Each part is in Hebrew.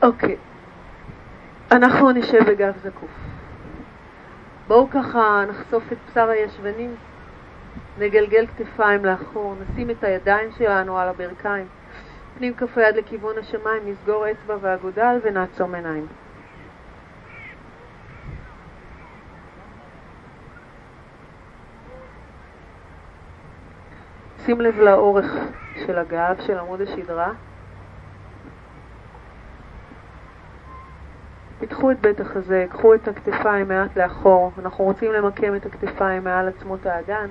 אוקיי, אנחנו נשב בגב זקוף. בואו ככה נחשוף את בשר הישבנים, נגלגל כתפיים לאחור, נשים את הידיים שלנו על הברכיים, פנים כף היד לכיוון השמיים, נסגור אצבע והגודל ונעצום עיניים. שים לב לאורך של הגב, של עמוד השדרה. פיתחו את בית החזה, קחו את הכתפיים מעט לאחור. אנחנו רוצים למקם את הכתפיים מעל עצמות האגן.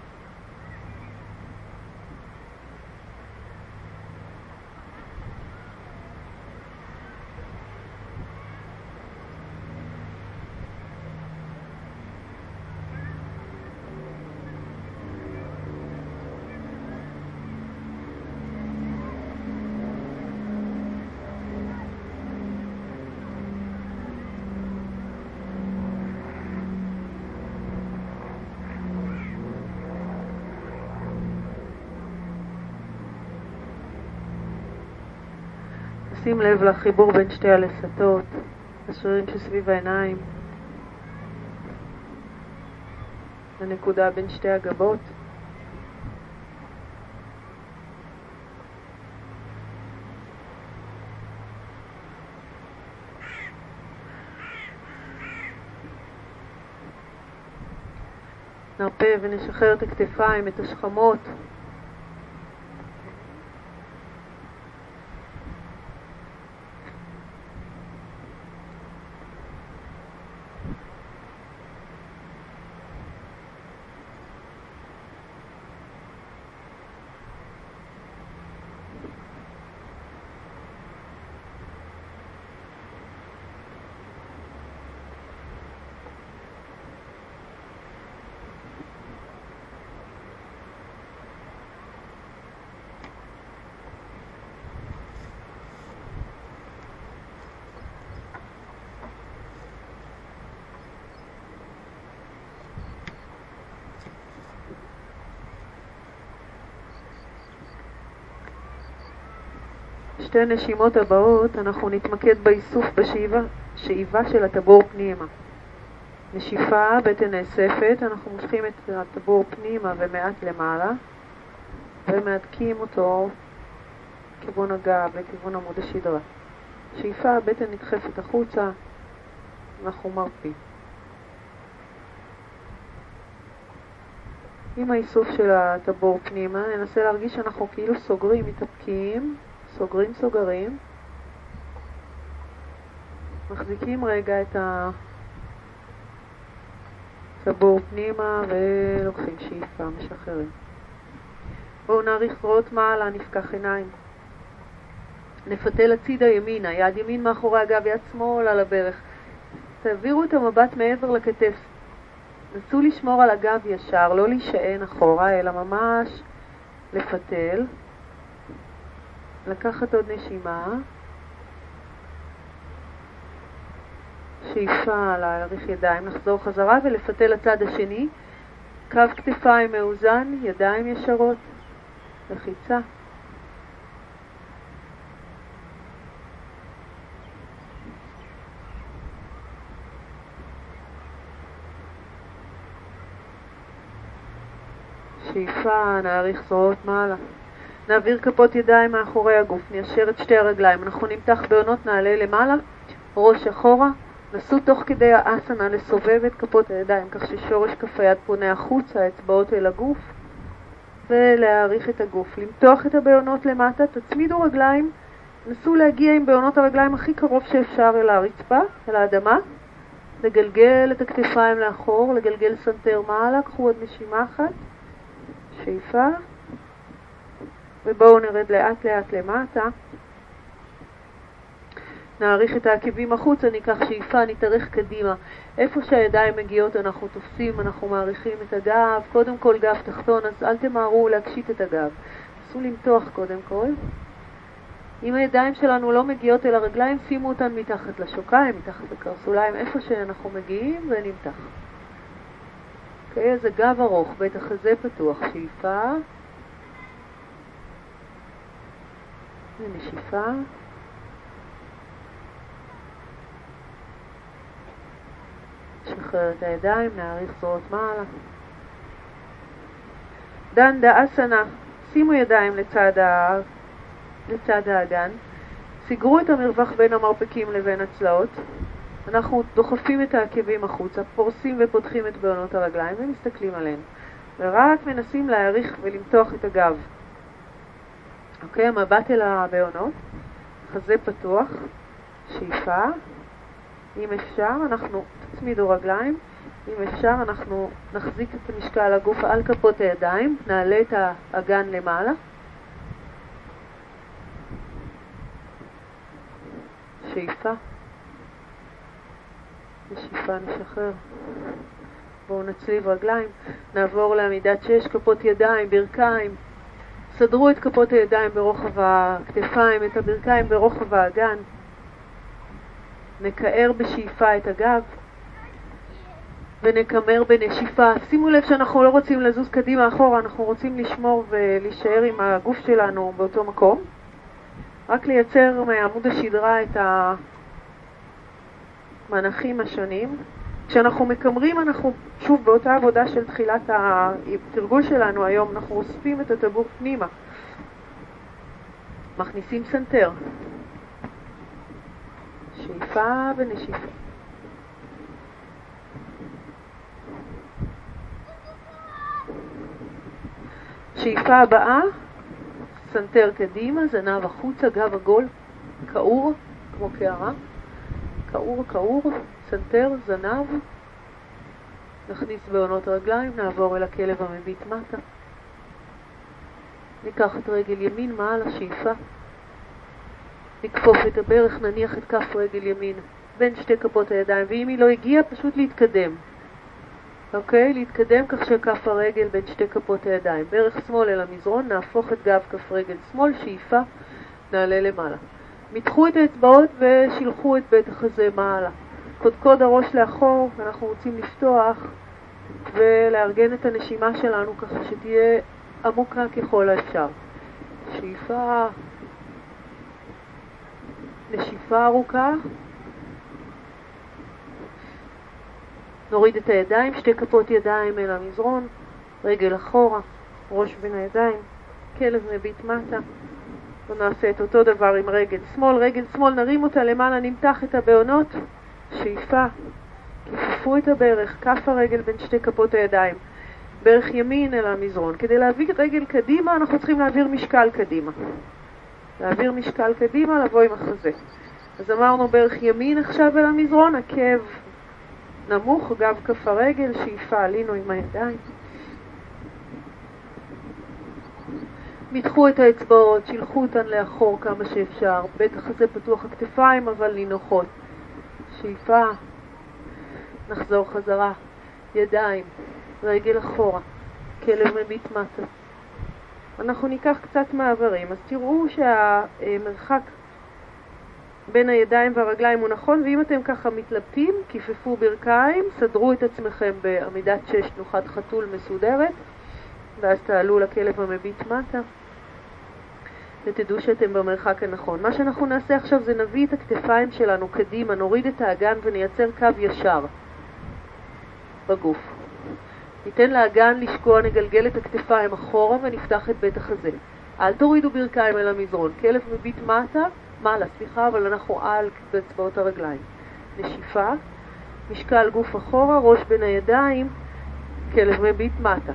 שים לב לחיבור בין שתי הלסתות, השרירים שסביב העיניים, הנקודה בין שתי הגבות. נרפה ונשחרר את הכתפיים, את השכמות. שתי נשימות הבאות אנחנו נתמקד באיסוף, בשאיבה של הטבור פנימה. נשיפה, בטן נאספת, אנחנו מושכים את הטבור פנימה ומעט למעלה ומהדקים אותו לכיוון הגב, לכיוון עמוד השדרה. שאיפה, בטן נדחפת החוצה, אנחנו מרפים. עם האיסוף של הטבור פנימה ננסה להרגיש שאנחנו כאילו סוגרים, מתאפקים, סוגרים, מחזיקים רגע את הטבור פנימה ולוקחים שאיפה, משחררים. בואו נעריך זרועות מעלה, נפקח עיניים. נפתל הצידה ימינה, יד ימין מאחורי הגב, יד שמאל על הברך. תעבירו את המבט מעבר לכתף. נסו לשמור על הגב ישר, לא להישען אחורה, אלא ממש לפתל. לקחת עוד נשימה. שאיפה, להאריך ידיים, נחזור חזרה ולפתל לצד השני. קו כתפיים מאוזן, ידיים ישרות. לחיצה. שאיפה, נאריך זרועות מעלה. נעביר כפות ידיים מאחורי הגוף, ניישר את שתי הרגליים. אנחנו נמתח בעונות, נעלה למעלה, ראש אחורה. נסו תוך כדי האסנה לסובב את כפות הידיים, כך ששורש כף היד פונה החוצה, אצבעות אל הגוף, ולהאריך את הגוף. למתוח את הבעונות למטה, תצמידו רגליים, נסו להגיע עם בעונות הרגליים הכי קרוב שאפשר אל הרצפה, אל האדמה. לגלגל את הכתפיים לאחור, לגלגל סנטר מעלה, קחו עוד נשימה אחת. שאיפה. ובואו נרד לאט לאט למטה. נעריך את העקבים החוצה, ניקח שאיפה, נתארך קדימה. איפה שהידיים מגיעות אנחנו תופסים, אנחנו מעריכים את הגב. קודם כל גב תחתון, אז אל תמהרו להקשיט את הגב. נסו למתוח קודם כל. אם הידיים שלנו לא מגיעות אל הרגליים, שימו אותן מתחת לשוקיים, מתחת לקרסוליים, איפה שאנחנו מגיעים ונמתח. אוקיי, אז הגב ארוך, בית החזה פתוח, שאיפה. ונשיפה. נשחרר את הידיים, נעריך זרועות מעלה. דנדה אסנה, שימו ידיים לצד האגן, סגרו את המרווח בין המרפקים לבין הצלעות. אנחנו דוחפים את העקבים החוצה, פורסים ופותחים את בעונות הרגליים ומסתכלים עליהן. ורק מנסים להעריך ולמתוח את הגב. אוקיי, המבט אל הבעונות, חזה פתוח, שאיפה. אם אפשר, אנחנו תצמידו רגליים. אם אפשר, אנחנו נחזיק את המשקל הגוף על כפות הידיים, נעלה את האגן למעלה. שאיפה. ושאיפה נשחרר. בואו נצליב רגליים. נעבור לעמידת 6, כפות ידיים, ברכיים. סדרו את כפות הידיים ברוחב הכתפיים, את הברכיים ברוחב האגן. נקער בשאיפה את הגב. ונקמר בנשיפה. שימו לב שאנחנו לא רוצים לזוז קדימה אחורה, אנחנו רוצים לשמור ולהישאר עם הגוף שלנו באותו מקום. רק לייצר מעמוד השדרה את המנחים השונים. כשאנחנו מקמרים, אנחנו שוב באותה עבודה של תחילת התרגול שלנו היום, אנחנו אוספים את הטבור פנימה. מכניסים סנטר. שאיפה ונשיפה. שאיפה הבאה, סנטר קדימה, זנב החוצה, גב עגול, קעור, כמו קערה. קעור, סנטר, זנב. נכניס בעונות רגליים, נעבור אל הכלב המביט מטה. ניקח את רגל ימין מעל השאיפה. נכפוף את הברך, נניח את כף רגל ימין בין שתי כפות הידיים, ואם היא לא הגיעה, פשוט להתקדם. אוקיי? להתקדם כך שכף הרגל בין שתי כפות הידיים. ברך שמאל אל המזרון, נהפוך את גב כף רגל שמאל, שאיפה, נעלה למעלה. מתחו את האצבעות ושילחו את בית החזה מעלה. קודקוד הראש לאחור, אנחנו רוצים לפתוח ולארגן את הנשימה שלנו ככה שתהיה עמוקה ככל האפשר. שאיפה, נשיפה ארוכה. נוריד את הידיים, שתי כפות ידיים אל המזרון, רגל אחורה, ראש בין הידיים, כלב מביט מטה. ונעשה את אותו דבר עם רגל שמאל, נרים אותה למעלה, נמתח את הבעונות, שאיפה, כיפפו את הברך, כף הרגל בין שתי כפות הידיים, ברך ימין אל המזרון. כדי להביא רגל קדימה, אנחנו צריכים להעביר משקל קדימה. להעביר משקל קדימה, לבוא עם החזה. אז אמרנו ברך ימין עכשיו אל המזרון, עקב נמוך, גב כף הרגל, שאיפה, עלינו עם הידיים. מתחו את האצבעות, שילחו אותן לאחור כמה שאפשר. בית החזה פתוח, הכתפיים אבל נינוחות. שאיפה, נחזור חזרה. ידיים, רגל אחורה, כלב מביט מטה. אנחנו ניקח קצת מעברים, אז תראו שהמרחק בין הידיים והרגליים הוא נכון, ואם אתם ככה מתלבטים, כיפפו ברכיים, סדרו את עצמכם בעמידת 6, תנוחת חתול מסודרת, ואז תעלו לכלב המביט מטה, ותדעו שאתם במרחק הנכון. מה שאנחנו נעשה עכשיו זה נביא את הכתפיים שלנו קדימה, נוריד את האגן ונייצר קו ישר בגוף. ניתן לאגן לשקוע, נגלגל את הכתפיים אחורה ונפתח את בית החזה. אל תורידו ברכיים אל המזרון, כלב מביט מטה, מעלה, אבל אנחנו על באצבעות הרגליים. נשיפה, משקל גוף אחורה, ראש בין הידיים, כלב מביט מטה.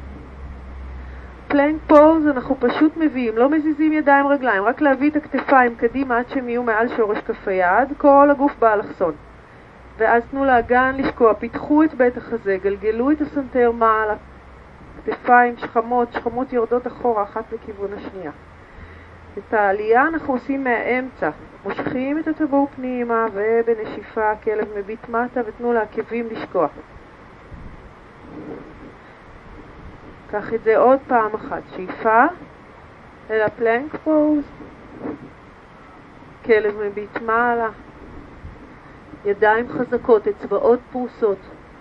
פלנק פוז, אנחנו פשוט מביאים, לא מזיזים ידיים רגליים, רק להביא את הכתפיים קדימה עד שהם יהיו מעל שורש כף היד, כל הגוף באלכסון. ואז תנו לאגן לשקוע, פיתחו את בית החזה, גלגלו את הסנטר מעלה, כתפיים שכמות יורדות אחורה, אחת לכיוון השנייה. את העלייה אנחנו עושים מהאמצע, מושכים את הטבור פנימה ובנשיפה כלב מביט מטה ותנו לעקבים לשקוע. קח את זה עוד פעם אחת, שאיפה אל הפלנק פוז, כלב מביט מעלה, ידיים חזקות, אצבעות פרוסות,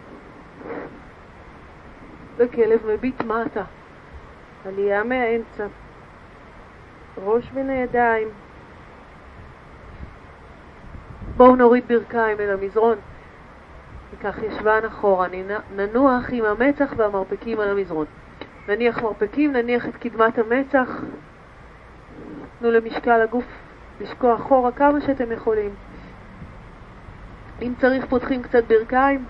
וכלב מביט מטה, עלייה מהאמצע, ראש בין הידיים. בואו נוריד ברכיים אל המזרון, ניקח ישבן אחורה, ננוח עם המצח והמרפקים על המזרון. נניח מרפקים, נניח את קדמת המצח, תנו למשקל הגוף לשקוע אחורה כמה שאתם יכולים. אם צריך פותחים קצת ברכיים.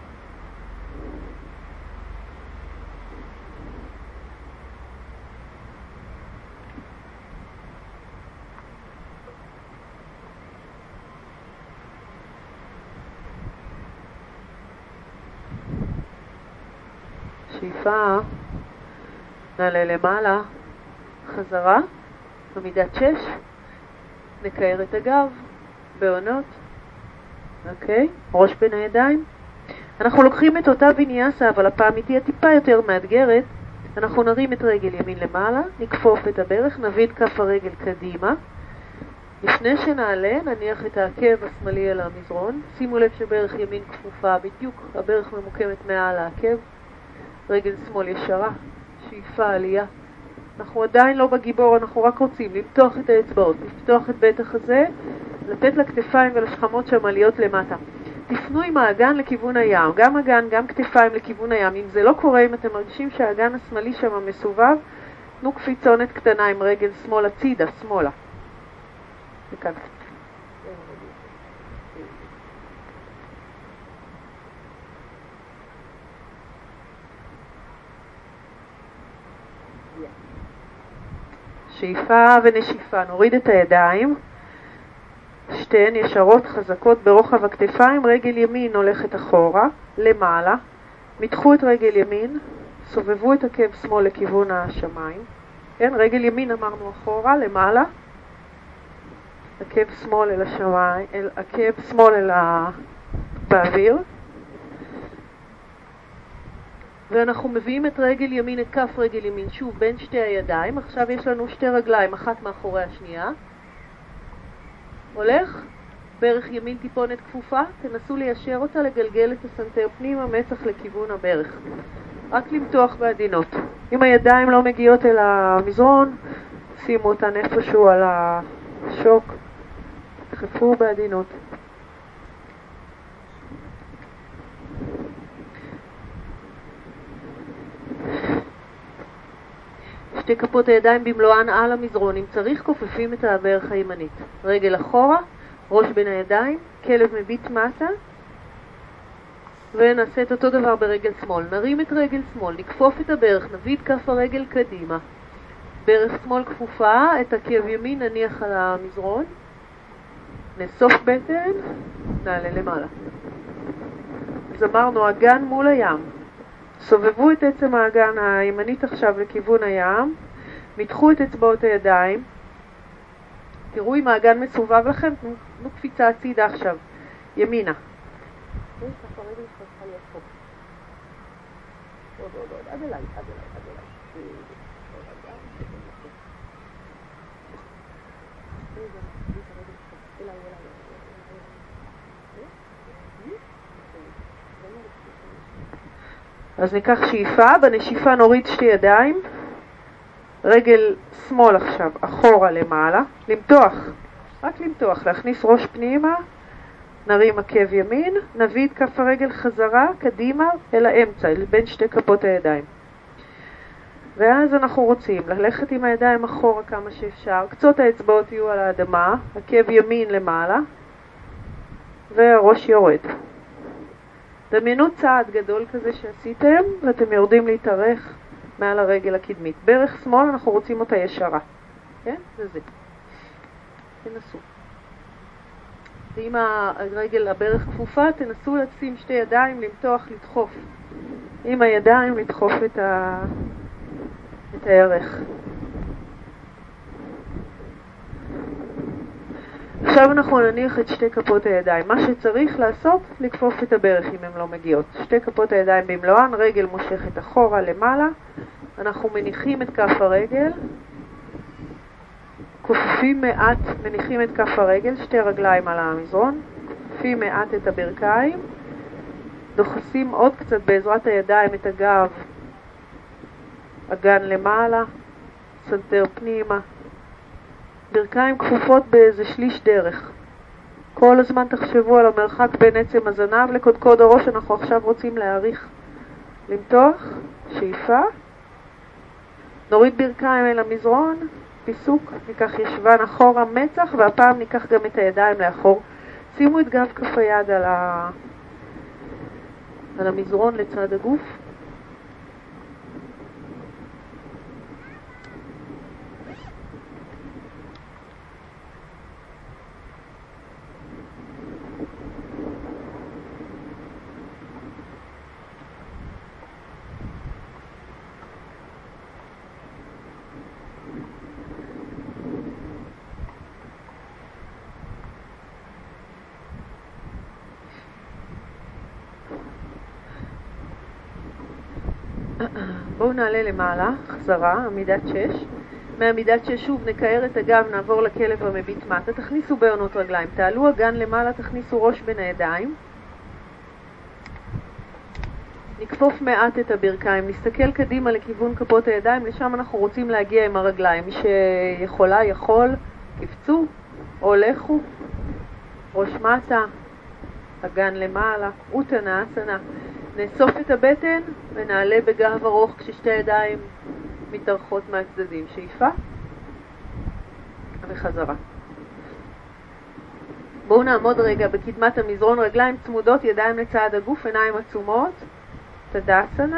שאיפה, נעלה למעלה, חזרה, עמידת 6, נקער את הגב, בעונות, אוקיי, ראש בין הידיים. אנחנו לוקחים את אותה ויניאסה, אבל הפעם היא תהיה טיפה יותר מאתגרת. אנחנו נרים את רגל ימין למעלה, נכפוף את הברך, נביא את כף הרגל קדימה. לפני שנעלה, נניח את העקב השמאלי על המזרון. שימו לב שברך ימין כפופה, בדיוק הברך ממוקמת מעל העקב. רגל שמאל ישרה, שאיפה, עלייה. אנחנו עדיין לא בגיבור, אנחנו רק רוצים למתוח את האצבעות, לפתוח את בית החזה, לתת לכתפיים ולשכמות שם עליות למטה. תפנו עם האגן לכיוון הים, גם אגן, גם כתפיים לכיוון הים. אם זה לא קורה, אם אתם מרגישים שהאגן השמאלי שם מסובב, תנו קפיצונת קטנה עם רגל שמאל הצידה, שמאלה. וכאן. שאיפה ונשיפה, נוריד את הידיים, שתיהן ישרות חזקות ברוחב הכתפיים, רגל ימין הולכת אחורה, למעלה, מתחו את רגל ימין, סובבו את עקב שמאל לכיוון השמיים, כן, רגל ימין אמרנו אחורה, למעלה, עקב שמאל אל השמיים, עקב שמאל באוויר, ואנחנו מביאים את רגל ימין, את כף רגל ימין, שוב בין שתי הידיים. עכשיו יש לנו שתי רגליים, אחת מאחורי השנייה. הולך, ברך ימין טיפונת כפופה, תנסו ליישר אותה, לגלגל את הסנטר פנימה, מצח לכיוון הברך. רק למתוח בעדינות. אם הידיים לא מגיעות אל המזרון, שימו אותן איפשהו על השוק, דחפו בעדינות. שתי כפות הידיים במלואן על המזרון, אם צריך כופפים את הברך הימנית. רגל אחורה, ראש בין הידיים, כלב מביט מטה, ונעשה את אותו דבר ברגל שמאל. נרים את רגל שמאל, נכפוף את הברך, נביא את כף הרגל קדימה. ברך שמאל כפופה, את עקב ימין נניח על המזרון, נאסוף בטן, נעלה למעלה. אז אמרנו, אגן מול הים. סובבו את עצם האגן הימנית עכשיו לכיוון הים, מתחו את אצבעות הידיים, תראו אם האגן מסובב לכם, תנו קפיצה הצידה עכשיו, ימינה. עד אליי. אז ניקח שאיפה, בנשיפה נוריד שתי ידיים, רגל שמאל עכשיו, אחורה למעלה, למתוח, רק למתוח, להכניס ראש פנימה, נרים עקב ימין, נביא את כף הרגל חזרה, קדימה, אל האמצע, בין שתי כפות הידיים. ואז אנחנו רוצים ללכת עם הידיים אחורה כמה שאפשר, קצות האצבעות יהיו על האדמה, עקב ימין למעלה, והראש יורד. דמיינו צעד גדול כזה שעשיתם, ואתם יורדים להתארך מעל הרגל הקדמית. ברך שמאל אנחנו רוצים אותה ישרה. כן? זה. תנסו. ואם הרגל הברך כפופה, תנסו לשים שתי ידיים, למתוח, לדחוף. עם הידיים לדחוף את הירך. עכשיו אנחנו נניח את שתי כפות הידיים. מה שצריך לעשות, לכפוף את הברך אם הן לא מגיעות. שתי כפות הידיים במלואן, רגל מושכת אחורה למעלה. אנחנו מניחים את כף הרגל. כופפים מעט, מניחים את כף הרגל, שתי רגליים על המזרון. כופפים מעט את הברכיים. דוחסים עוד קצת בעזרת הידיים את הגב. אגן למעלה. סנטר פנימה. ברכיים כפופות באיזה שליש דרך. כל הזמן תחשבו על המרחק בין עצם הזנב לקודקוד הראש. אנחנו עכשיו רוצים להאריך. למתוח, שאיפה. נוריד ברכיים אל המזרון, פיסוק, ניקח ישבן אחורה, מצח, והפעם ניקח גם את הידיים לאחור. שימו את גב כף היד על המזרון לצד הגוף. בואו נעלה למעלה, חזרה, עמידת 6. מעמידת 6 שוב נקער את הגב, נעבור לכלב המביט מטה. תכניסו בעונות רגליים, תעלו אגן למעלה, תכניסו ראש בין הידיים. נכפוף מעט את הברכיים, נסתכל קדימה לכיוון כפות הידיים, לשם אנחנו רוצים להגיע עם הרגליים. מי שיכולה, יכול, קפצו או לכו. ראש מטה, אגן למעלה, אוטנה, אסנה. נאסוף את הבטן ונעלה בגב ארוך כששתי הידיים מתארכות מהצדדים. שאיפה וחזרה. בואו נעמוד רגע בקדמת המזרון, רגליים צמודות, ידיים לצד הגוף, עיניים עצומות. תדאסנה.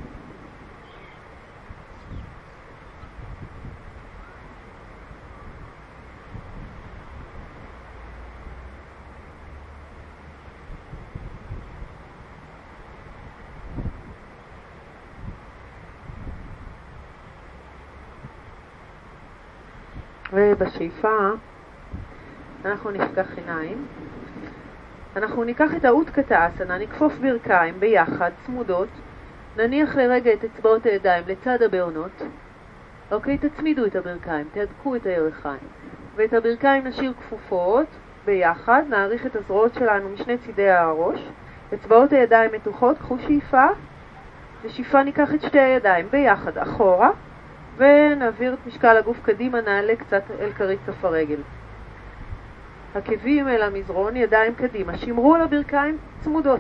ובשאיפה אנחנו נפקח עיניים. אנחנו ניקח את האוטקטה אסנה, נכפוף ברכיים ביחד, צמודות. נניח לרגע את אצבעות הידיים לצד הבעונות. אוקיי, תצמידו את הברכיים, תהדקו את הירכיים. ואת הברכיים נשאיר כפופות ביחד, נעריך את הזרועות שלנו משני צידי הראש. אצבעות הידיים מתוחות, קחו שאיפה. בשאיפה ניקח את שתי הידיים ביחד, אחורה. ונעביר את משקל הגוף קדימה, נעלה קצת אל כרית כף הרגל. עקבים אל המזרון, ידיים קדימה. שמרו על הברכיים צמודות.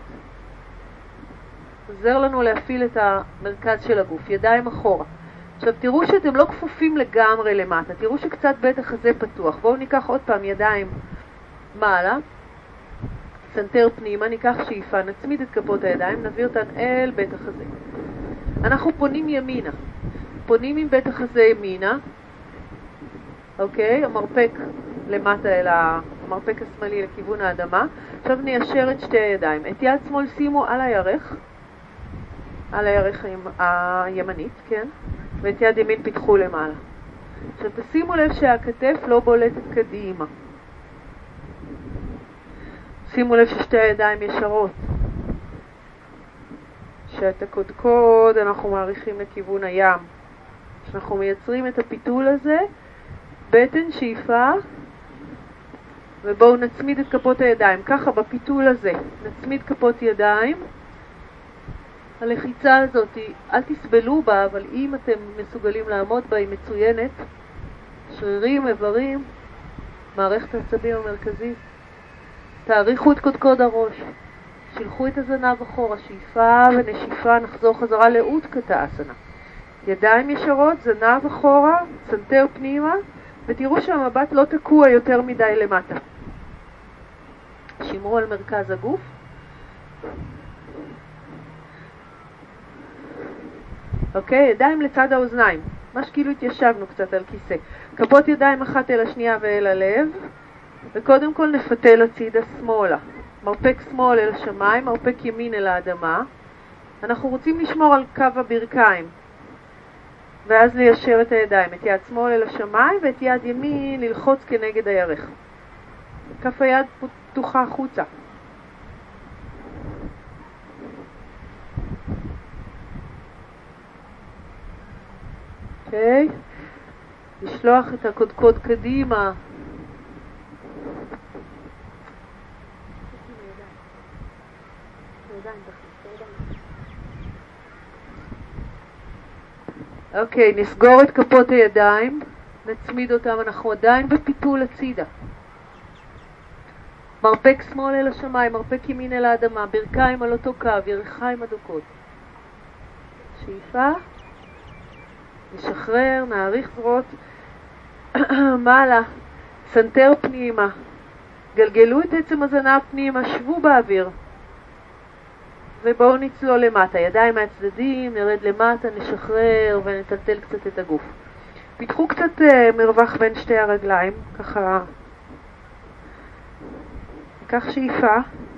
עוזר לנו להפעיל את המרכז של הגוף, ידיים אחורה. עכשיו תראו שאתם לא כפופים לגמרי למטה, תראו שקצת בית החזה פתוח. בואו ניקח עוד פעם ידיים מעלה, סנטר פנימה, ניקח שאיפה, נצמיד את כפות הידיים, נעביר אותן אל בית החזה. אנחנו פונים ימינה. פונים עם בית החזה ימינה, אוקיי, המרפק למטה אל המרפק השמאלי לכיוון האדמה. עכשיו ניישר את שתי הידיים. את יד שמאל שימו על הירך הימנית, כן? ואת יד ימין פיתחו למעלה. עכשיו תשימו לב שהכתף לא בולטת קדימה. שימו לב ששתי הידיים ישרות. שאת הקודקוד אנחנו מעריכים לכיוון הים. אנחנו מייצרים את הפיתול הזה, בטן, שאיפה, ובואו נצמיד את כפות הידיים. ככה בפיתול הזה, נצמיד כפות ידיים. הלחיצה הזאת, אל תסבלו בה, אבל אם אתם מסוגלים לעמוד בה, היא מצוינת. שרירים, איברים, מערכת העצבים המרכזית. תאריכו את קודקוד הראש. שילחו את הזנב אחורה, שאיפה ונשיפה, נחזור חזרה לאוטקטה אסנה. ידיים ישרות, זנב אחורה, סנטר פנימה, ותראו שהמבט לא תקוע יותר מדי למטה. שמרו על מרכז הגוף. אוקיי, ידיים לצד האוזניים. ממש כאילו התיישבנו קצת על כיסא. כפות ידיים אחת אל השנייה ואל הלב, וקודם כל נפתל הצידה שמאלה. מרפק שמאל אל השמיים, מרפק ימין אל האדמה. אנחנו רוצים לשמור על קו הברכיים. ואז ליישר את הידיים, את יד שמאל אל השמיים ואת יד ימין ללחוץ כנגד הירך. כף היד פתוחה החוצה. אוקיי? לשלוח את הקודקוד קדימה. אוקיי, נסגור את כפות הידיים, נצמיד אותם, אנחנו עדיין בפיתול הצידה. מרפק שמאל אל השמיים, מרפק ימין אל האדמה, ברכיים על אותו קו, ירכיים אדוקות. שאיפה, נשחרר, נעריך זרועות, מעלה, סנטר פנימה, גלגלו את עצם הזנב פנימה, שבו באוויר, ובואו נצלול למטה, ידיים מהצדדים, נרד למטה, נשחרר ונטלטל קצת את הגוף. פיתחו קצת מרווח בין שתי הרגליים, ככה, ניקח שאיפה,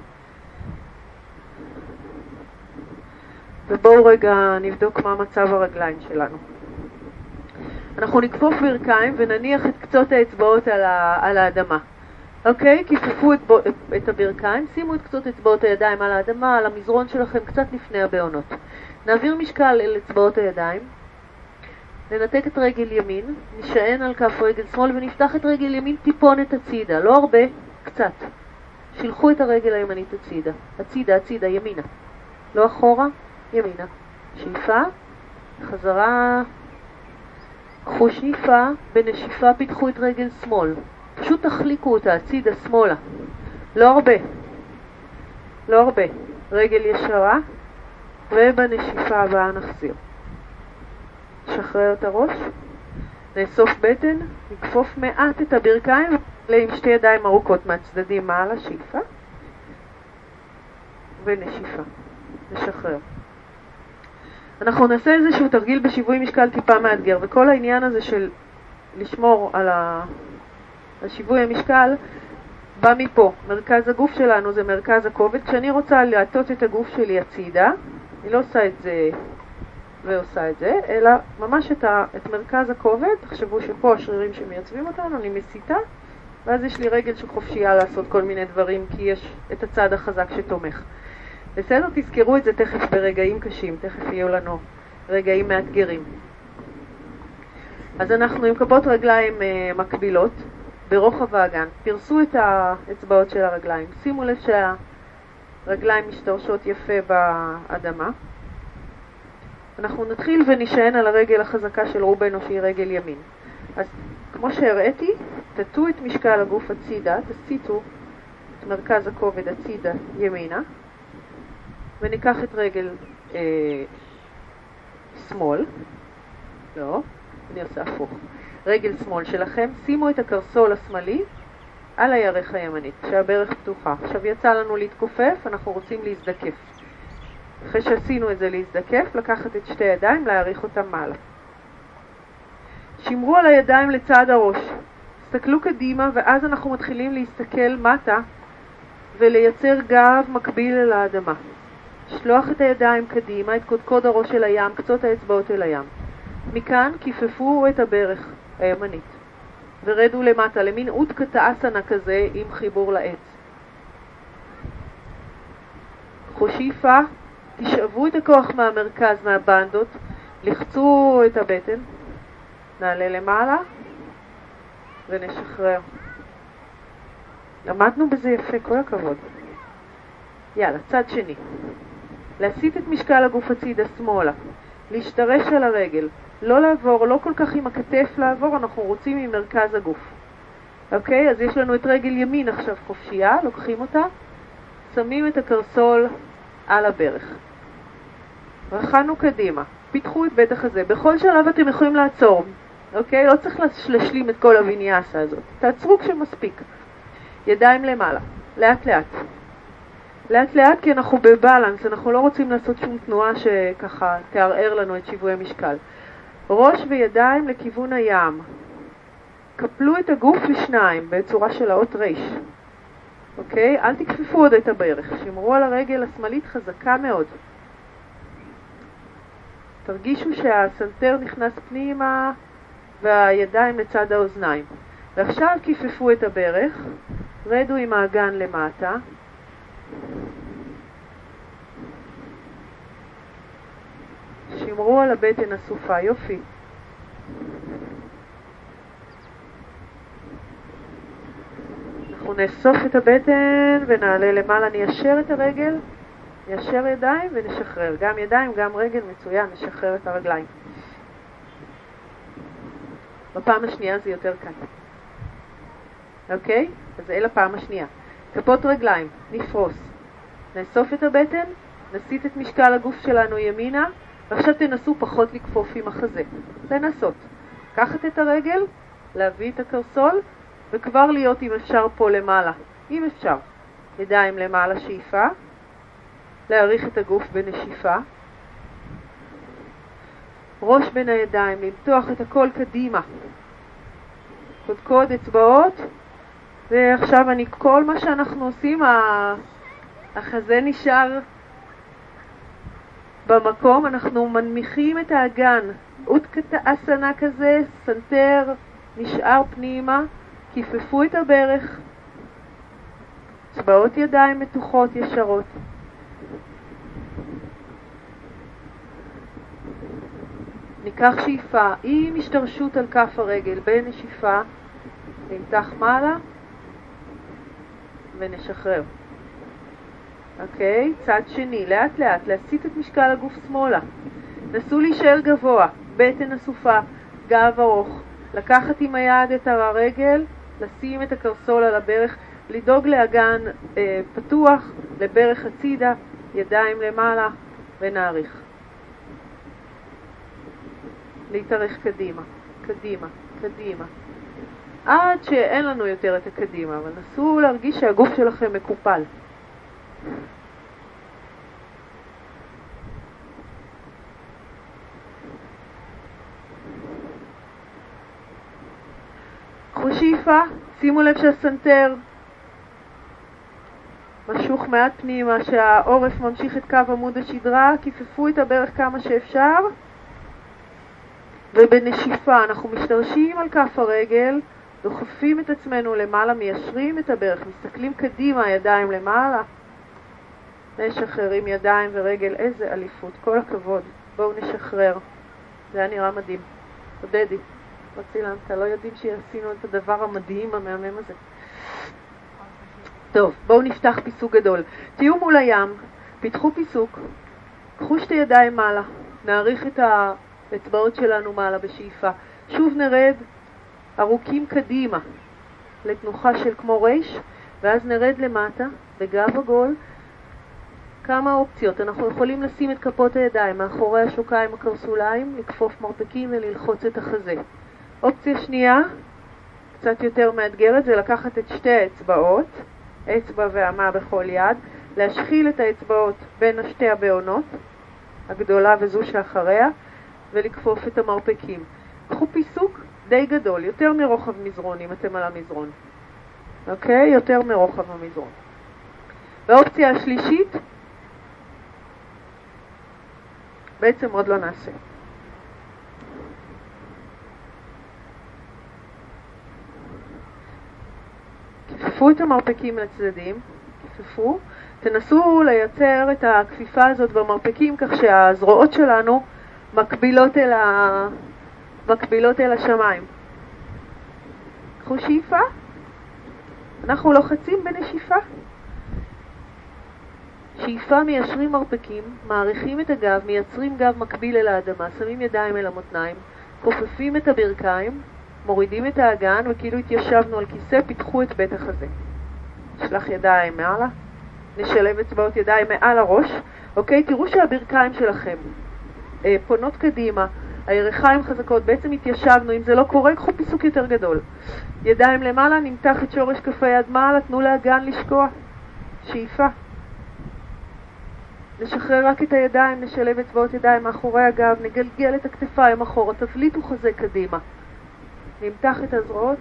ובואו רגע נבדוק מה מצב הרגליים שלנו. אנחנו נכפוף ברכיים ונניח את קצות האצבעות על האדמה. אוקיי? כיפפו את הברכיים, שימו את קצות אצבעות הידיים על האדמה, על המזרון שלכם קצת לפני הבעונות. נעביר משקל אל אצבעות הידיים, ננתק את רגל ימין, נשען על כף רגל שמאל ונפתח את רגל ימין טיפונת הצידה, לא הרבה, קצת. שילחו את הרגל הימנית הצידה, הצידה, ימינה. לא אחורה, ימינה. שאיפה, חזרה, קחו שאיפה, בנשיפה פיתחו את רגל שמאל. פשוט תחליקו אותה, הצידה, שמאלה. לא הרבה. רגל ישרה, ובנשיפה הבאה נחזיר. נשחרר את הראש, נאסוף בטן, נכפוף מעט את הברכיים, עם שתי ידיים ארוכות מהצדדים מעלה, שאיפה, ונשיפה. נשחרר. אנחנו נעשה איזשהו תרגיל בשיווי משקל טיפה מאתגר, וכל העניין הזה של לשמור על השיווי המשקל בא מפה. מרכז הגוף שלנו זה מרכז הכובד. כשאני רוצה להטות את הגוף שלי הצידה, אני לא עושה את זה ועושה את זה, אלא ממש את מרכז הכובד. תחשבו שפה השרירים שמייצבים אותנו, אני מסיטה, ואז יש לי רגל שחופשייה לעשות כל מיני דברים, כי יש את הצד החזק שתומך. בסדר? תזכרו את זה תכף ברגעים קשים, תכף יהיו לנו רגעים מאתגרים. אז אנחנו עם כפות רגליים מקבילות ברוחב האגן. פרסו את האצבעות של הרגליים. שימו לב שהרגליים משתרשות יפה באדמה. אנחנו נתחיל ונשען על הרגל החזקה של רובנו שהיא רגל ימין. אז כמו שהראיתי, תטו את משקל הגוף הצידה, תסיטו את מרכז הכובד הצידה ימינה, וניקח את רגל שמאל, לא, אני עושה הפוך, רגל שמאל שלכם, שימו את הקרסול השמאלי על הירך הימנית, שהברך פתוחה. עכשיו יצא לנו להתכופף, אנחנו רוצים להזדקף. אחרי שעשינו את זה להזדקף, לקחת את שתי ידיים, להעריך אותם מעלה. שמרו על הידיים לצד הראש, תסתכלו קדימה, ואז אנחנו מתחילים להסתכל מטה ולייצר גב מקביל אל האדמה. שלוח את הידיים קדימה, את קודקוד הראש אל הים, קצות האצבעות אל הים. מכאן כיפפו את הברך הימנית ורדו למטה למין אוטקה אסנה כזה עם חיבור לעץ. קחו שאיפה, תשאבו את הכוח מהמרכז, מהבנדות, לחצו את הבטן, נעלה למעלה ונשחרר. למדנו בזה יפה, כל הכבוד. יאללה, צד שני. להסיט את משקל הגוף הצידה שמאלה, להשתרש על הרגל, לא לעבור, לא כל כך עם הכתף לעבור, אנחנו רוצים עם מרכז הגוף. אוקיי? אז יש לנו את רגל ימין עכשיו חופשייה, לוקחים אותה, שמים את הקרסול על הברך. רחנו קדימה, פיתחו את בטח הזה. בכל שלב אתם יכולים לעצור, אוקיי? לא צריך להשלים את כל הוויניאסה הזאת. תעצרו כשמספיק. ידיים למעלה, לאט לאט. לאט לאט כי אנחנו בבלנס, אנחנו לא רוצים לעשות שום תנועה שככה תערער לנו את שיווי המשקל. ראש וידיים לכיוון הים. קפלו את הגוף לשניים בצורה של האות ריש. אוקיי? אל תכפפו עוד את הברך. שמרו על הרגל השמאלית חזקה מאוד. תרגישו שהסנטר נכנס פנימה והידיים לצד האוזניים. ועכשיו כיפפו את הברך. רדו עם האגן למטה. שמרו על הבטן הסופה, יופי. אנחנו נאסוף את הבטן ונעלה למעלה, ניישר את הרגל, ניישר ידיים ונשחרר. גם ידיים, גם רגל, מצוין, נשחרר את הרגליים. בפעם השנייה זה יותר קל. אוקיי? אז אלה פעם השנייה. כפות רגליים, נפרוס. נאסוף את הבטן, נסיט את משקל הגוף שלנו ימינה, ועכשיו תנסו פחות לכפוף עם החזה. לנסות. לקחת את הרגל, להביא את הקרסול, וכבר להיות אם אפשר פה למעלה. אם אפשר. ידיים למעלה שאיפה. להאריך את הגוף בנשיפה. ראש בין הידיים, למתוח את הכל קדימה. קודקוד, אצבעות. ועכשיו כל מה שאנחנו עושים, החזה נשאר במקום, אנחנו מנמיכים את האגן. אוטקטה אסנה כזה, סנטר, נשאר פנימה, כיפפו את הברך. אצבעות ידיים מתוחות ישרות. ניקח שאיפה עם השתרשות על כף הרגל בנשיפה, נמתח מעלה ונשחרר. אוקיי, צד שני, לאט לאט, להסיט את משקל הגוף שמאלה. נסו להישאר גבוה, בטן אסופה, גב ארוך. לקחת עם היד את הרגל, לשים את הקרסול על הברך, לדאוג לאגן פתוח, לברך הצידה, ידיים למעלה ונעריך. להתארך קדימה, קדימה, קדימה. עד שאין לנו יותר את הקדימה, אבל נסו להרגיש שהגוף שלכם מקופל. קחו שאיפה, שימו לב שהסנטר משוך מעט פנימה, שהעורף ממשיך את קו עמוד השדרה, כיפפו את הברך כמה שאפשר, ובנשיפה אנחנו משתרשים על כף הרגל, דוחפים את עצמנו למעלה, מיישרים את הברך, מסתכלים קדימה, ידיים למעלה, נשחררים ידיים ורגל, איזה אליפות, כל הכבוד. בואו נשחרר, זה היה נראה מדהים. עודדי, רצילן, אתה לא יודעים שעשינו את הדבר המדהים המהמם הזה. טוב, בואו נפתח פיסוק גדול. תהיו מול הים, פיתחו פיסוק, קחו שתי ידיים מעלה, נעריך את האצבעות שלנו מעלה בשאיפה. שוב נרד ארוכים קדימה לתנוחה של כמו רייש, ואז נרד למטה בגב עגול. כמה אופציות. אנחנו יכולים לשים את כפות הידיים מאחורי השוקיים הקרסוליים, לכפוף מרפקים וללחוץ את החזה. אופציה שנייה, קצת יותר מאתגרת, זה לקחת את שתי האצבעות, אצבע ואמה בכל יד, להשחיל את האצבעות בין שתי הבעונות, הגדולה וזו שאחריה, ולכפוף את המרפקים. קחו פיסוק די גדול, יותר מרוחב מזרון אם אתם על המזרון. אוקיי? יותר מרוחב המזרון. והאופציה השלישית, בעצם עוד לא נעשה. כיפפו את המרפקים לצדדים, כיפפו, תנסו לייצר את הכפיפה הזאת במרפקים כך שהזרועות שלנו מקבילות אל השמיים. קחו שאיפה, אנחנו לוחצים בנשיפה. שאיפה מיישרים מרפקים, מעריכים את הגב, מייצרים גב מקביל אל האדמה, שמים ידיים אל המותניים, כופפים את הברכיים, מורידים את האגן וכאילו התיישבנו על כיסא, פיתחו את בית החזה. נשלח ידיים מעלה, נשלב אצבעות ידיים מעל הראש. אוקיי, תראו שהברכיים שלכם פונות קדימה, הירכיים חזקות, בעצם התיישבנו. אם זה לא קורה, קחו פיסוק יותר גדול. ידיים למעלה, נמתח את שורש כף היד מעלה, תנו לאגן לשקוע. שאיפה. נשחרר רק את הידיים, נשלב אצבעות ידיים מאחורי הגב, נגלגל את הכתפיים אחורה, תבליטו חזה קדימה. נמתח את הזרועות.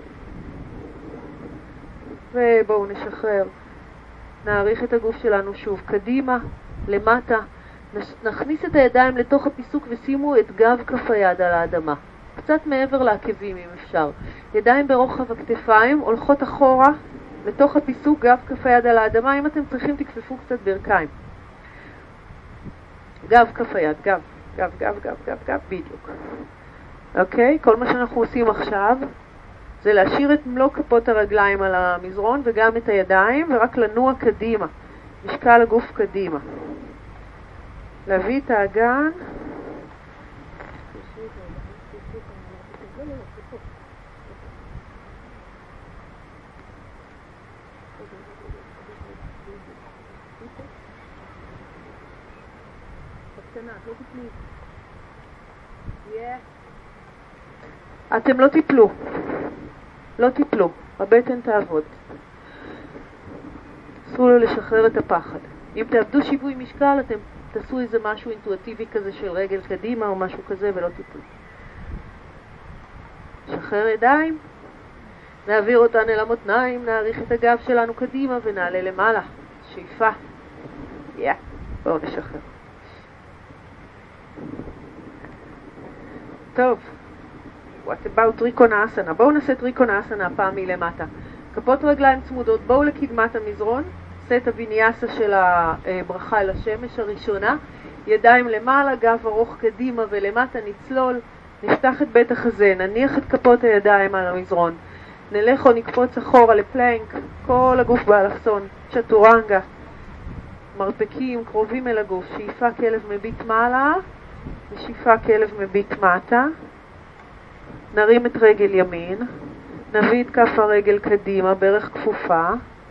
ובואו נשחרר. נעריך את הגוף שלנו שוב קדימה, למטה. נכניס את הידיים לתוך הפיסוק ושימו את גב כף היד על האדמה. קצת מעבר לעקבים אם אפשר. ידיים ברוחב הכתפיים, הולכות אחורה לתוך הפיסוק, גב כף היד על האדמה. אם אתם צריכים תכפפו קצת ברכיים. גב כף היד, גב, גב, גב, גב, גב, גב, בדיוק. אוקיי? כל מה שאנחנו עושים עכשיו זה להשאיר את מלוא כפות הרגליים על המזרון וגם את הידיים, ורק לנוע קדימה. משקל הגוף קדימה. להביא את האגן. אתם לא תיפלו. לא תיפלו. הבטן תעבוד. אסור לו לשחרר את הפחד. אם תעבדו שיווי משקל, אתם תעשו איזה משהו אינטואיטיבי כזה של רגל קדימה או משהו כזה ולא תיפלו. שחרר ידיים, נעביר אותן אל המותניים, נעריך את הגב שלנו קדימה ונעלה למעלה. שאיפה. בואו נשחרר. טוב. What about טריקונה אסנה? בואו נעשה טריקונה אסנה הפעם מלמטה. כפות רגליים צמודות, בואו לקדמת המזרון. נעשה את הוויניאסה של הברכה אל השמש הראשונה. ידיים למעלה, גב ארוך קדימה ולמטה, נצלול. נפתח את בית החזה, נניח את כפות הידיים על המזרון. נלך או נקפוץ אחורה לפלנק, כל הגוף באלכסון, צ'טורנגה. מרפקים קרובים אל הגוף, שאיפה כלב מביט מעלה, ושאיפה כלב מביט מטה. נרים את רגל ימין, נביא את כף הרגל קדימה, ברך כפופה.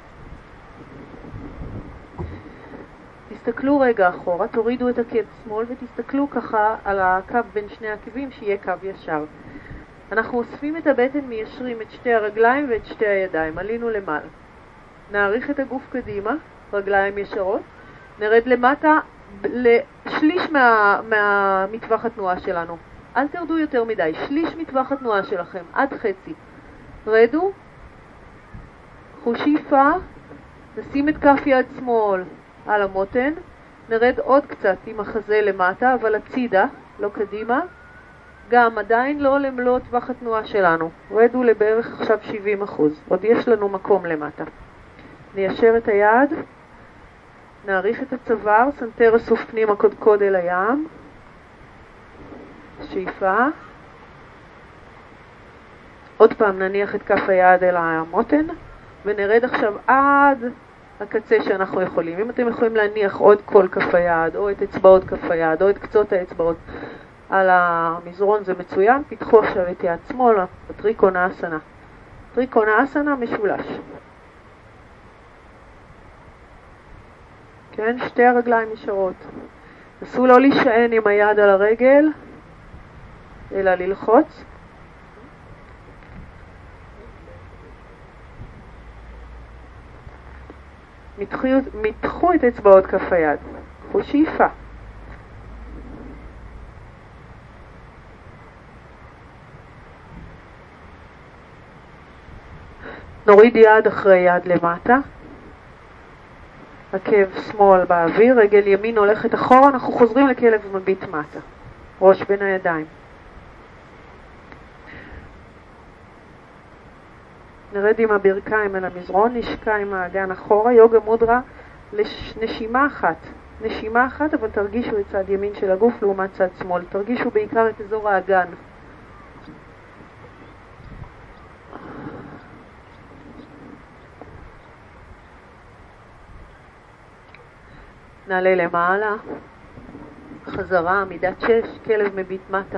תסתכלו רגע אחורה, תורידו את עקב שמאל ותסתכלו ככה על הקו בין שני עקבים שיהיה קו ישר. אנחנו אוספים את הבטן, מיישרים את שתי הרגליים ואת שתי הידיים, עלינו למעלה. נעריך את הגוף קדימה, רגליים ישרות, נרד למטה לשליש מטווח התנועה שלנו. אל תרדו יותר מדי, שליש מטווח התנועה שלכם, עד חצי. רדו, קחו שאיפה, נשים את כף יד שמאל על המותן, נרד עוד קצת עם החזה למטה, אבל הצידה, לא קדימה. גם עדיין לא למלוא טווח התנועה שלנו. רדו לבערך עכשיו 70%. עוד יש לנו מקום למטה. ניישר את היד, נעריך את הצוואר, סנטר אסוף פנימה קודקוד אל הים. שאיפה. עוד פעם נניח את כף היד אל המותן, ונרד עכשיו עד הקצה שאנחנו יכולים. אם אתם יכולים להניח עוד כל כף היד, או את אצבעות כף היד, או את קצות האצבעות על המזרון, זה מצוין. פיתחו עכשיו את יד שמאל, טריקונה אסנה. טריקונה אסנה משולש. כן, שתי הרגליים ישרות. נסו לא להישען עם היד על הרגל, אלא ללחוץ. מתחו את אצבעות כף היד. קחו שאיפה. נוריד יד אחרי יד למטה. עקב שמאל באוויר, רגל ימין הולכת אחורה, אנחנו חוזרים לכלב מביט מטה. ראש בין הידיים. נרד עם הברכיים אל המזרון, נשקע עם האגן אחורה, יוגה מודרה לנשימה אחת. נשימה אחת, אבל תרגישו את צד ימין של הגוף לעומת צד שמאל. תרגישו בעיקר את אזור האגן. נעלה למעלה, חזרה, מידת 6, כלב מביט מטה.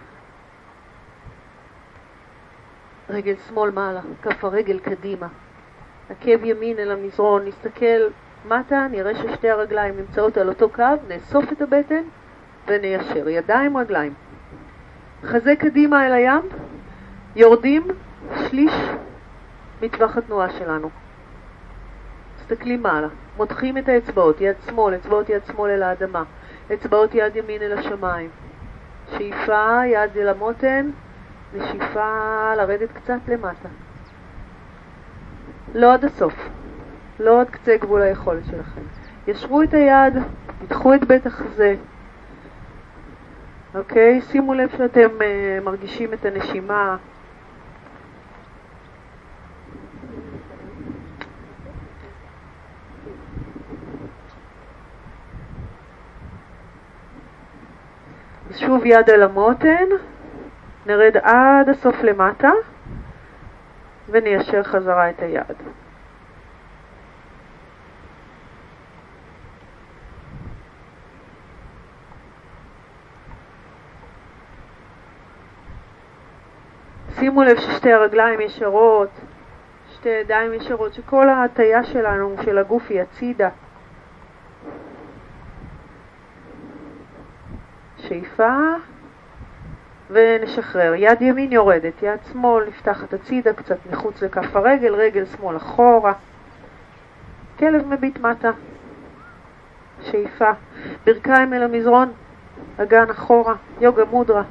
רגל שמאל מעלה, כף הרגל קדימה. עקב ימין אל המזרון, נסתכל מטה, נראה ששתי הרגליים נמצאות על אותו קו, נאסוף את הבטן וניישר. ידיים, רגליים. חזה קדימה אל הים, יורדים שליש מטווח התנועה שלנו. מסתכלים מעלה, מותחים את האצבעות, יד שמאל, אצבעות יד שמאל אל האדמה, אצבעות יד ימין אל השמיים. שאיפה, יד אל המותן, נשיפה, לרדת קצת למטה. לא עד הסוף, לא עד קצה גבול היכולת שלכם. ישרו את היד, יתחו את בית החזה. אוקיי, שימו לב שאתם מרגישים את הנשימה. שוב יד על המותן, נרד עד הסוף למטה וניישר חזרה את היד. שימו לב ששתי הרגליים ישרות, שתי ידיים ישרות, שכל ההטיה שלנו, של הגוף, היא הצידה. שאיפה, ונשחרר. יד ימין יורדת, יד שמאל נפתחת הצידה, קצת מחוץ לכף הרגל, רגל שמאל אחורה. כלב מביט מטה. שאיפה. ברכיים אל המזרון, אגן אחורה, יוגה מודרה.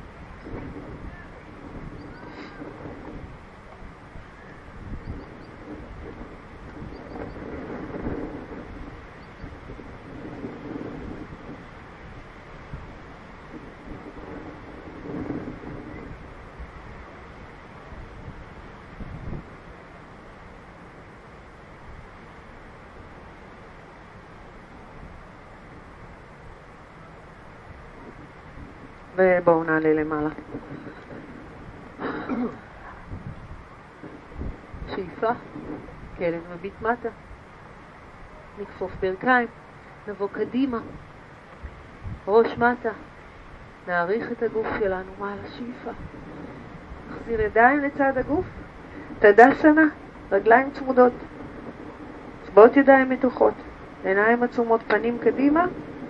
ובואו נעלה למעלה. שאיפה, כלב מביט מטה. נכפוף ברכיים, נבוא קדימה, ראש מטה. נעריך את הגוף שלנו מעלה, שאיפה. נחזיר ידיים לצד הגוף, תדסנה, רגליים צמודות, אצבעות ידיים מתוחות, עיניים עצומות, פנים קדימה.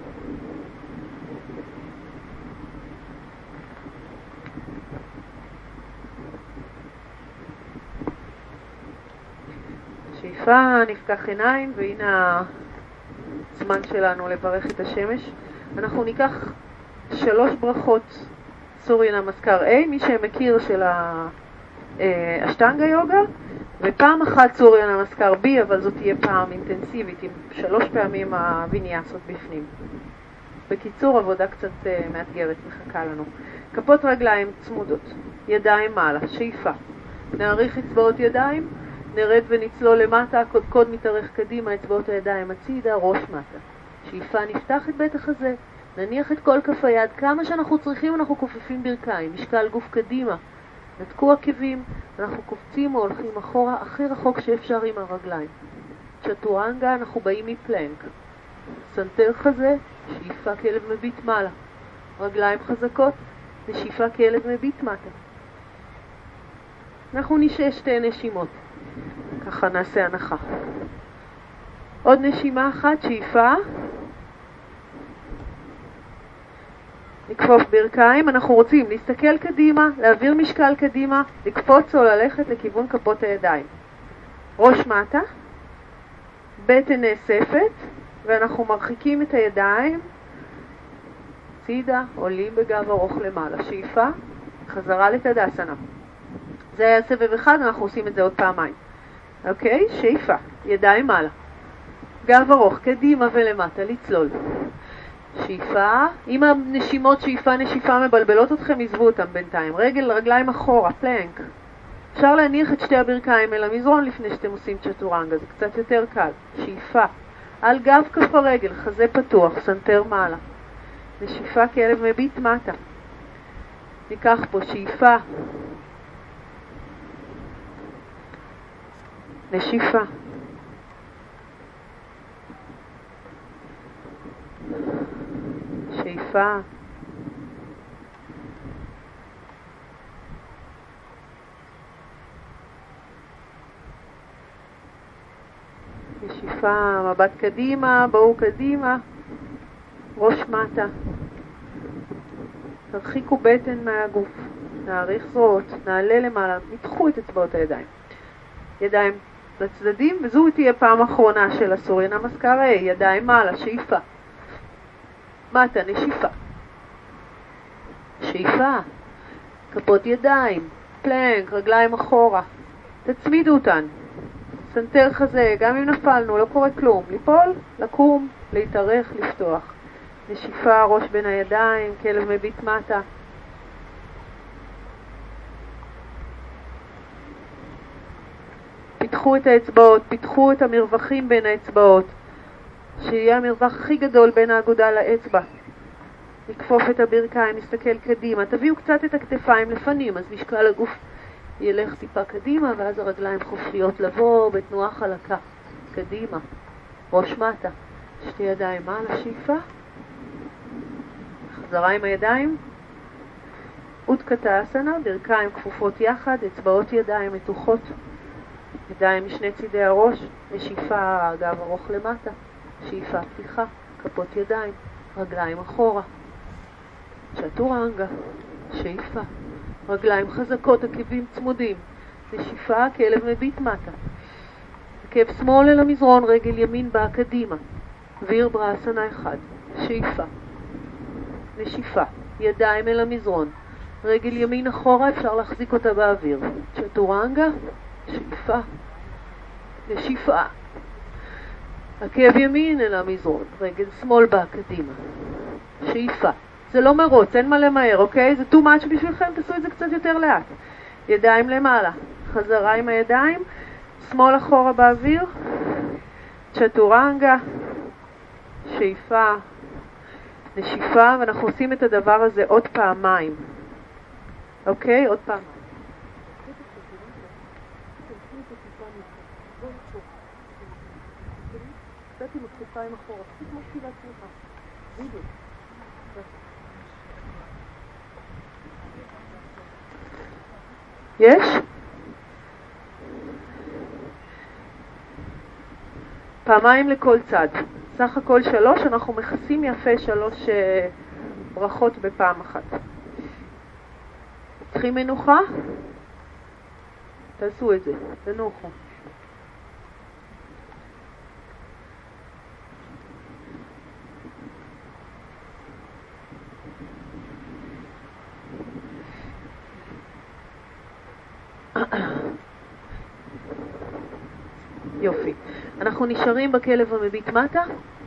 שאיפה, נפקח עיניים, והנה הזמן שלנו לברך את השמש. אנחנו ניקח 3 ברכות סוריה נמסקר A, מי שמכיר של האשטנגה יוגה, ופעם אחת סוריה נמסקר B, אבל זאת תהיה פעם אינטנסיבית, עם 3 פעמים הוויניאסות בפנים. בקיצור, עבודה קצת מאתגרת מחכה לנו. כפות רגליים צמודות, ידיים מעלה, שאיפה. נעריך אצבעות ידיים, נרד ונצלול למטה, קודקוד מתארך קדימה, אצבעות הידיים הצידה, ראש מטה. שאיפה, נפתח את בית החזה, נניח את כל כף היד, כמה שאנחנו צריכים אנחנו כופפים ברכיים, משקל גוף קדימה, נתקו עקבים, אנחנו קופצים או הולכים אחורה, הכי רחוק שאפשר עם הרגליים. צ'טורנגה, אנחנו באים מפלנק. סנטר חזה, שאיפה כלב מביט מעלה. רגליים חזקות, ושאיפה כלב מביט מטה. אנחנו נשאר 2 נשימות. ככה נעשה הנחה. עוד נשימה אחת, שאיפה. נכפוף ברכיים, אנחנו רוצים להסתכל קדימה, להעביר משקל קדימה, לקפוץ או ללכת לכיוון כפות הידיים. ראש מטה, בטן נאספת, ואנחנו מרחיקים את הידיים, צידה, עולים בגב ארוך למעלה. שאיפה, חזרה לתדסנה. זה היה סבב אחד, אנחנו עושים את זה עוד פעמיים. אוקיי? שאיפה, ידיים מעלה. גב ארוך, קדימה ולמטה, לצלול. שאיפה, אם הנשימות שאיפה נשיפה מבלבלות אתכם, עזבו אותם בינתיים. רגליים אחורה, פלנק. אפשר להניח את 2 הברכיים אל המזרון לפני שאתם עושים צ'טורנגה, זה קצת יותר קל. שאיפה, על גב כף הרגל, חזה פתוח, סנטר מעלה. נשיפה, כלב מביט מטה. ניקח פה שאיפה, נשיפה, שאיפה, נשיפה, מבט קדימה, בואו קדימה, ראש מטה. תרחיקו בטן מהגוף, נעריך זרועות, נעלה למעלה, נתחו את אצבעות הידיים. ידיים לצדדים, וזו תהיה פעם אחרונה של הסוריה נמסקר A, ידיים מעלה, שאיפה. מטה, נשיפה. שאיפה. כפות ידיים, פלנק, רגליים אחורה. תצמידו אותן. סנטר חזה, גם אם נפלנו, לא קורה כלום. ליפול, לקום, להתארך, לפתוח. נשיפה, ראש בין הידיים, כלב מביט מטה. פיתחו את האצבעות, פיתחו את המרווחים בין האצבעות. שיהיה המרווח הכי גדול בין האגודה לאצבע. נכפוף את הברכיים, נסתכל קדימה. תביאו קצת את הכתפיים לפנים, אז משקל הגוף ילך טיפה קדימה, ואז הרגליים חופשיות לבוא בתנועה חלקה. קדימה. ראש מטה. 2 ידיים מעלה, שאיפה. חזרה עם הידיים. אודקטה אסנה, ברכיים כפופות יחד, אצבעות ידיים מתוחות. ידיים משני צידי הראש, נשיפה, גב ארוך למטה, שאיפה פתיחה, כפות ידיים, רגליים אחורה. צ'טורנגה, שאיפה, רגליים חזקות, עקבים צמודים, נשיפה, כלב מביט מטה. עקב שמאל אל המזרון, רגל ימין באה קדימה, וירברסנה 1, שאיפה, נשיפה, ידיים אל המזרון, רגל ימין אחורה, אפשר להחזיק אותה באוויר. צ'טורנגה, שאיפה, נשיפה, עקב ימין אל המזרון, רגל שמאל באה קדימה, שאיפה. זה לא מרוץ, אין מה למהר, אוקיי? זה too much בשבילכם, תעשו את זה קצת יותר לאט. ידיים למעלה, חזרה עם הידיים, שמאל אחורה באוויר, צ'טורנגה, שאיפה, נשיפה, ואנחנו עושים את הדבר הזה עוד פעמיים. אוקיי? עוד פעם. יש? פעמיים לכל צד. סך הכל 3, אנחנו מכסים יפה 3 ברכות בפעם אחת. צריכים מנוחה? תעשו את זה, תנוחו. יופי. אנחנו נשארים בכלב המביט מטה,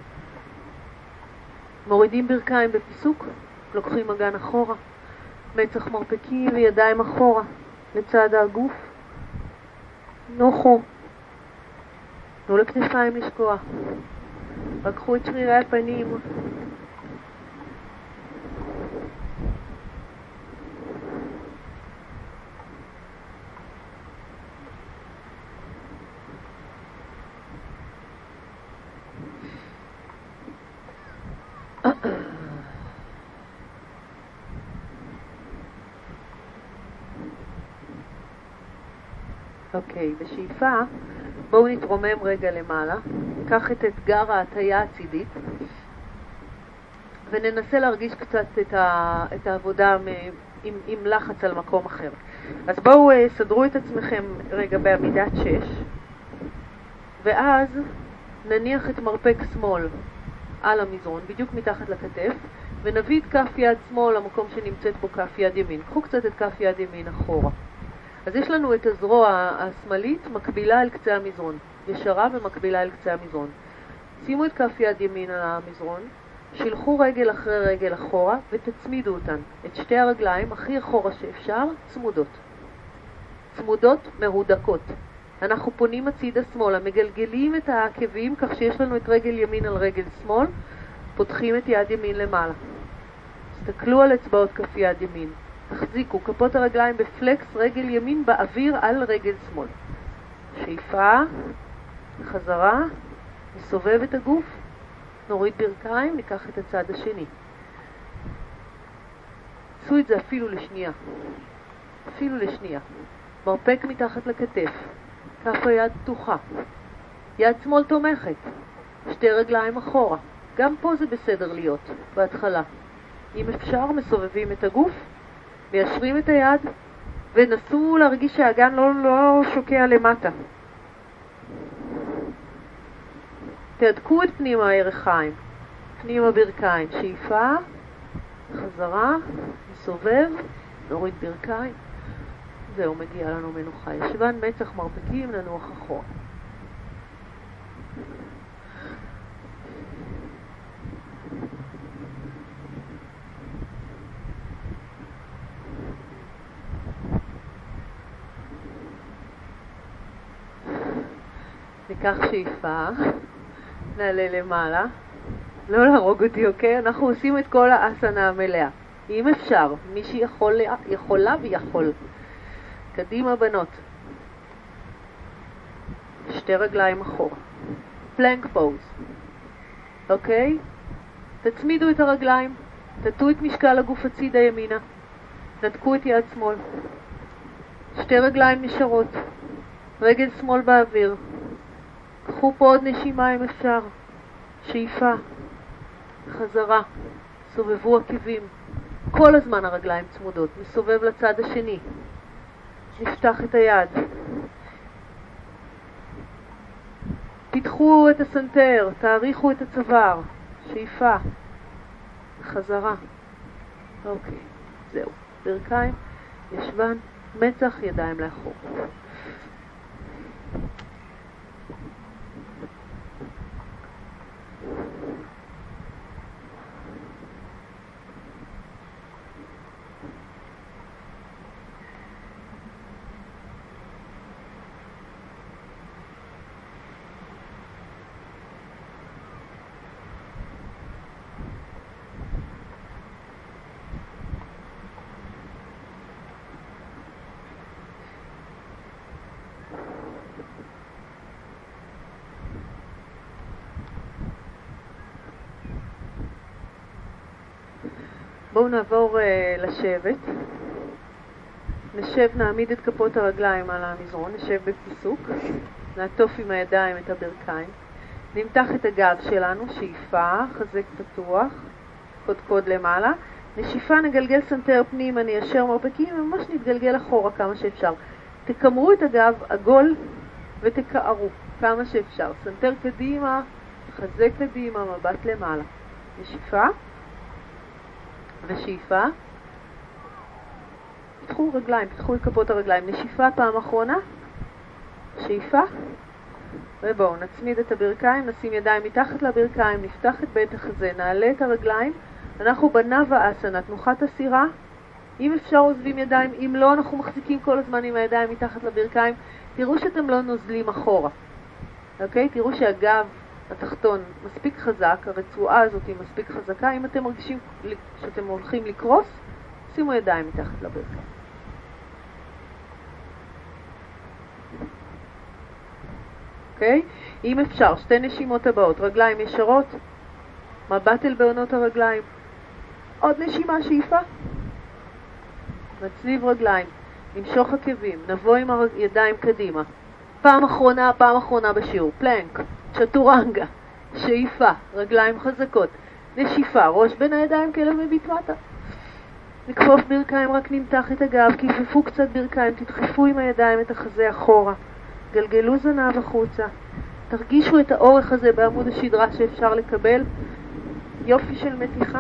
מורידים ברכיים בפיסוק, לוקחים אגן אחורה, מצח מרפקים וידיים אחורה לצד הגוף. נוחו. תנו לכתפיים לשקוע. לקחו את שרירי הפנים. אוקיי, בשאיפה בואו נתרומם רגע למעלה, ניקח את אתגר ההטיה הצידית וננסה להרגיש קצת את העבודה עם לחץ על מקום אחר. אז בואו סדרו את עצמכם רגע בעמידת 6 ואז נניח את מרפק שמאל על המזרון, בדיוק מתחת לכתף, ונביא את כף יד שמאל למקום שנמצאת בו כף יד ימין. קחו קצת את כף יד ימין אחורה. אז יש לנו את הזרוע השמאלית מקבילה אל קצה המזרון, ישרה ומקבילה אל קצה המזרון. שימו את כף יד ימין על המזרון, שילחו רגל אחרי רגל אחורה ותצמידו אותן. את שתי הרגליים הכי אחורה שאפשר, צמודות. צמודות מהודקות. אנחנו פונים הצידה שמאלה, מגלגלים את העקבים כך שיש לנו את רגל ימין על רגל שמאל, פותחים את יד ימין למעלה. תסתכלו על אצבעות כף יד ימין. תחזיקו כפות הרגליים בפלקס, רגל ימין באוויר על רגל שמאל. שאיפה, חזרה, נסובב את הגוף, נוריד ברכיים, ניקח את הצד השני. עשו את זה אפילו לשנייה. אפילו לשנייה. מרפק מתחת לכתף. כף היד פתוחה. יד שמאל תומכת. שתי רגליים אחורה. גם פה זה בסדר להיות, בהתחלה. אם אפשר, מסובבים את הגוף, מיישרים את היד, ונסו להרגיש שהאגן לא שוקע למטה. תהדקו את פנימה הירכיים, פנימה ברכיים. שאיפה, חזרה, נסובב, נוריד ברכיים. זהו, מגיע לנו מנוחה. ישבן, מצח, מרפקים, ננוח אחורה. ניקח שאיפה, נעלה למעלה, לא להרוג אותי, אוקיי? אנחנו עושים את כל האסנה המלאה. אם אפשר, מי שיכולה ויכול. קדימה בנות. שתי רגליים אחורה. פלנק פוז. אוקיי? תצמידו את הרגליים, תטו את משקל הגוף הצידה ימינה, נתקו את יד שמאל. שתי רגליים נשארות. רגל שמאל באוויר. קחו פה עוד נשימה אם אפשר. שאיפה. חזרה. סובבו עקבים. כל הזמן הרגליים צמודות. מסובב לצד השני. נפתח את היד. פיתחו את הסנטר. תאריכו את הצוואר. שאיפה. חזרה. אוקיי. זהו. ברכיים. ישבן. מצח. ידיים לאחור. בואו נעבור לשבת. נשב, נעמיד את כפות הרגליים על המזרון, נשב בפיסוק, נעטוף עם הידיים את הברכיים, נמתח את הגב שלנו, שאיפה, חזק פתוח, קודקוד למעלה, נשיפה, נגלגל סנטר פנימה, ניישר מרפקים, ממש נתגלגל אחורה כמה שאפשר. תקמרו את הגב עגול ותקערו כמה שאפשר. סנטר קדימה, חזק קדימה, מבט למעלה. נשיפה. ושאיפה. פתחו רגליים, פתחו את כפות הרגליים. נשיפה פעם אחרונה. שאיפה. ובואו נצמיד את הברכיים, נשים ידיים מתחת לברכיים, נפתח את בית החזה, נעלה את הרגליים. אנחנו בנאווה אסנה, תנוחת הסירה. אם אפשר עוזבים ידיים, אם לא אנחנו מחזיקים כל הזמן עם הידיים מתחת לברכיים. תראו שאתם לא נוזלים אחורה. אוקיי? תראו שהגב התחתון מספיק חזק, הרצועה הזאת היא מספיק חזקה. אם אתם מרגישים שאתם הולכים לקרוס, שימו ידיים מתחת לברכיים. אוקיי? אם אפשר, שתי נשימות הבאות, רגליים ישרות, מבט אל בעונות הרגליים. עוד נשימה, שאיפה. נצליב רגליים, נמשוך עקבים, נבוא עם הידיים קדימה. פעם אחרונה בשיעור. פלנק, צ'טורנגה, שאיפה, רגליים חזקות, נשיפה, ראש בין הידיים, כלב מביט מטה. נכפוף ברכיים, רק נמתח את הגב, כיפפו קצת ברכיים, תדחפו עם הידיים את החזה אחורה, גלגלו זנב החוצה, תרגישו את האורך הזה בעמוד השדרה שאפשר לקבל. יופי של מתיחה.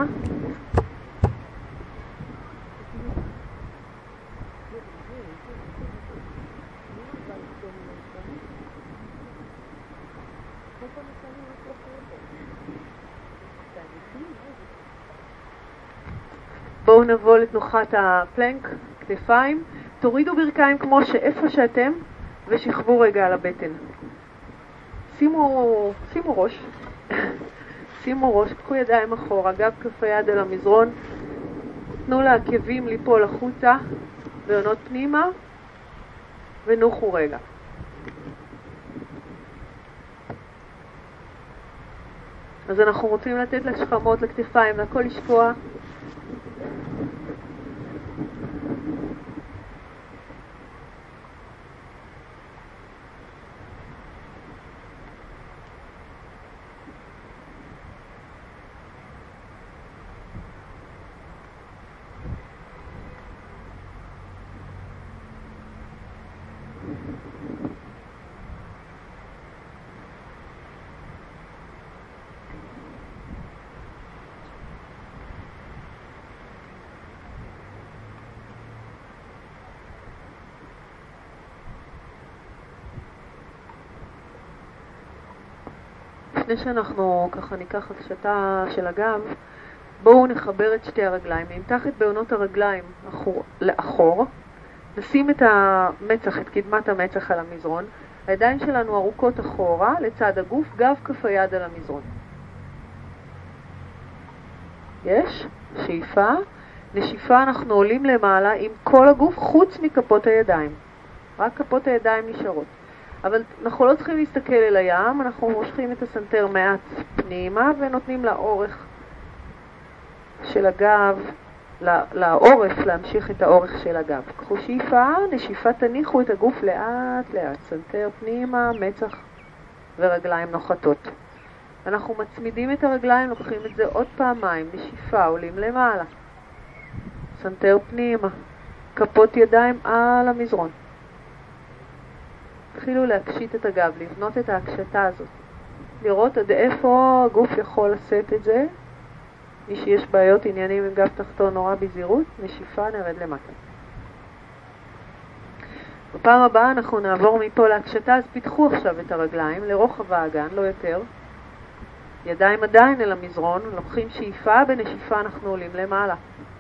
בואו נבוא לתנוחת הפלנק, כתפיים, תורידו ברכיים כמו שאיפה שאתם ושכבו רגע על הבטן. שימו ראש, שימו ראש, קחו ידיים אחורה, גב כף היד על המזרון, תנו לעקבים ליפול החוצה, בעונות פנימה ונוחו רגע. אז אנחנו רוצים לתת לשכמות, לכתפיים, לכל לשקוע. לפני שאנחנו ככה ניקח הקשתה של הגב, בואו נחבר את שתי הרגליים, נמתח את בעונות הרגליים לאחור, נשים את המצח, את קדמת המצח על המזרון, הידיים שלנו ארוכות אחורה לצד הגוף, גב כף היד על המזרון. יש? שאיפה. נשיפה, אנחנו עולים למעלה עם כל הגוף חוץ מכפות הידיים. רק כפות הידיים נשארות. אבל אנחנו לא צריכים להסתכל אל הים, אנחנו מושכים את הסנטר מעט פנימה ונותנים לאורך של הגב לעורף, להמשיך את האורך של הגב. קחו שאיפה, נשיפה, תניחו את הגוף לאט לאט, סנטר פנימה, מצח ורגליים נוחתות. אנחנו מצמידים את הרגליים, לוקחים את זה עוד פעמיים, נשיפה, עולים למעלה, סנטר פנימה, כפות ידיים על המזרון. התחילו להקשיט את הגב, לבנות את ההקשתה הזאת, לראות עד איפה הגוף יכול לשאת את זה. מי שיש בעיות עניינים עם גב תחתון נורא בזהירות, נשיפה, נרד למטה. בפעם הבאה אנחנו נעבור מפה להקשתה, אז פיתחו עכשיו את הרגליים לרוחב האגן, לא יותר. ידיים עדיין אל המזרון, לוקחים שאיפה, בנשיפה אנחנו עולים למעלה.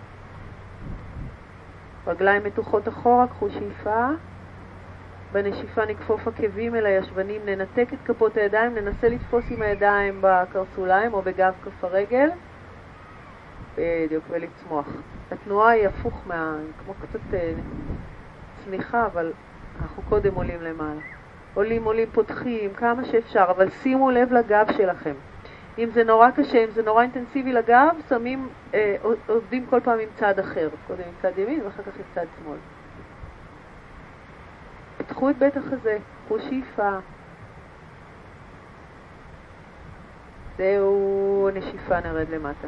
רגליים מתוחות אחורה, קחו שאיפה. בנשיפה נקפוף עקבים אל הישבנים, ננתק את כפות הידיים, ננסה לתפוס עם הידיים בקרסוליים או בגב כף הרגל. בדיוק, ולצמוח. התנועה היא הפוך כמו קצת צניחה, אבל אנחנו קודם עולים למעלה. עולים, פותחים, כמה שאפשר, אבל שימו לב לגב שלכם. אם זה נורא קשה, אם זה נורא אינטנסיבי לגב, עובדים כל פעם עם צד אחר. קודם עם צד ימין ואחר כך עם צד שמאל. פתחו את בית החזה, קחו שאיפה. זהו, נשיפה, נרד למטה.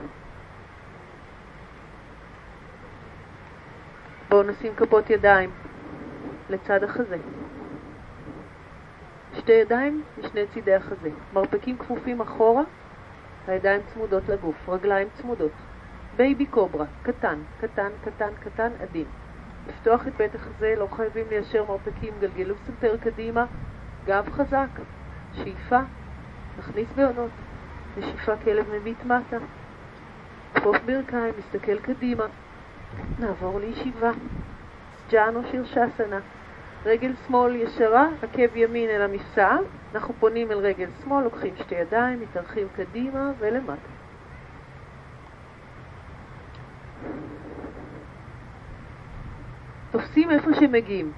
בואו נשים כפות ידיים לצד החזה. שתי ידיים משני צידי החזה. מרפקים כפופים אחורה, הידיים צמודות לגוף, רגליים צמודות. בייבי קוברה, קטן, קטן, קטן, קטן, עדין. לפתוח את בית החזה, לא חייבים ליישר מרפקים, גלגלו סנטר קדימה, גב חזק, שאיפה, נכניס בעונות, נשיפה כלב מביט מטה, כפוף ברכיים, מסתכל קדימה, נעבור לישיבה, ג'אנו שירשסנה, רגל שמאל ישרה, עקב ימין אל המפסע, אנחנו פונים אל רגל שמאל, לוקחים שתי ידיים, מתארחים קדימה ולמטה. תופסים איפה שמגיעים,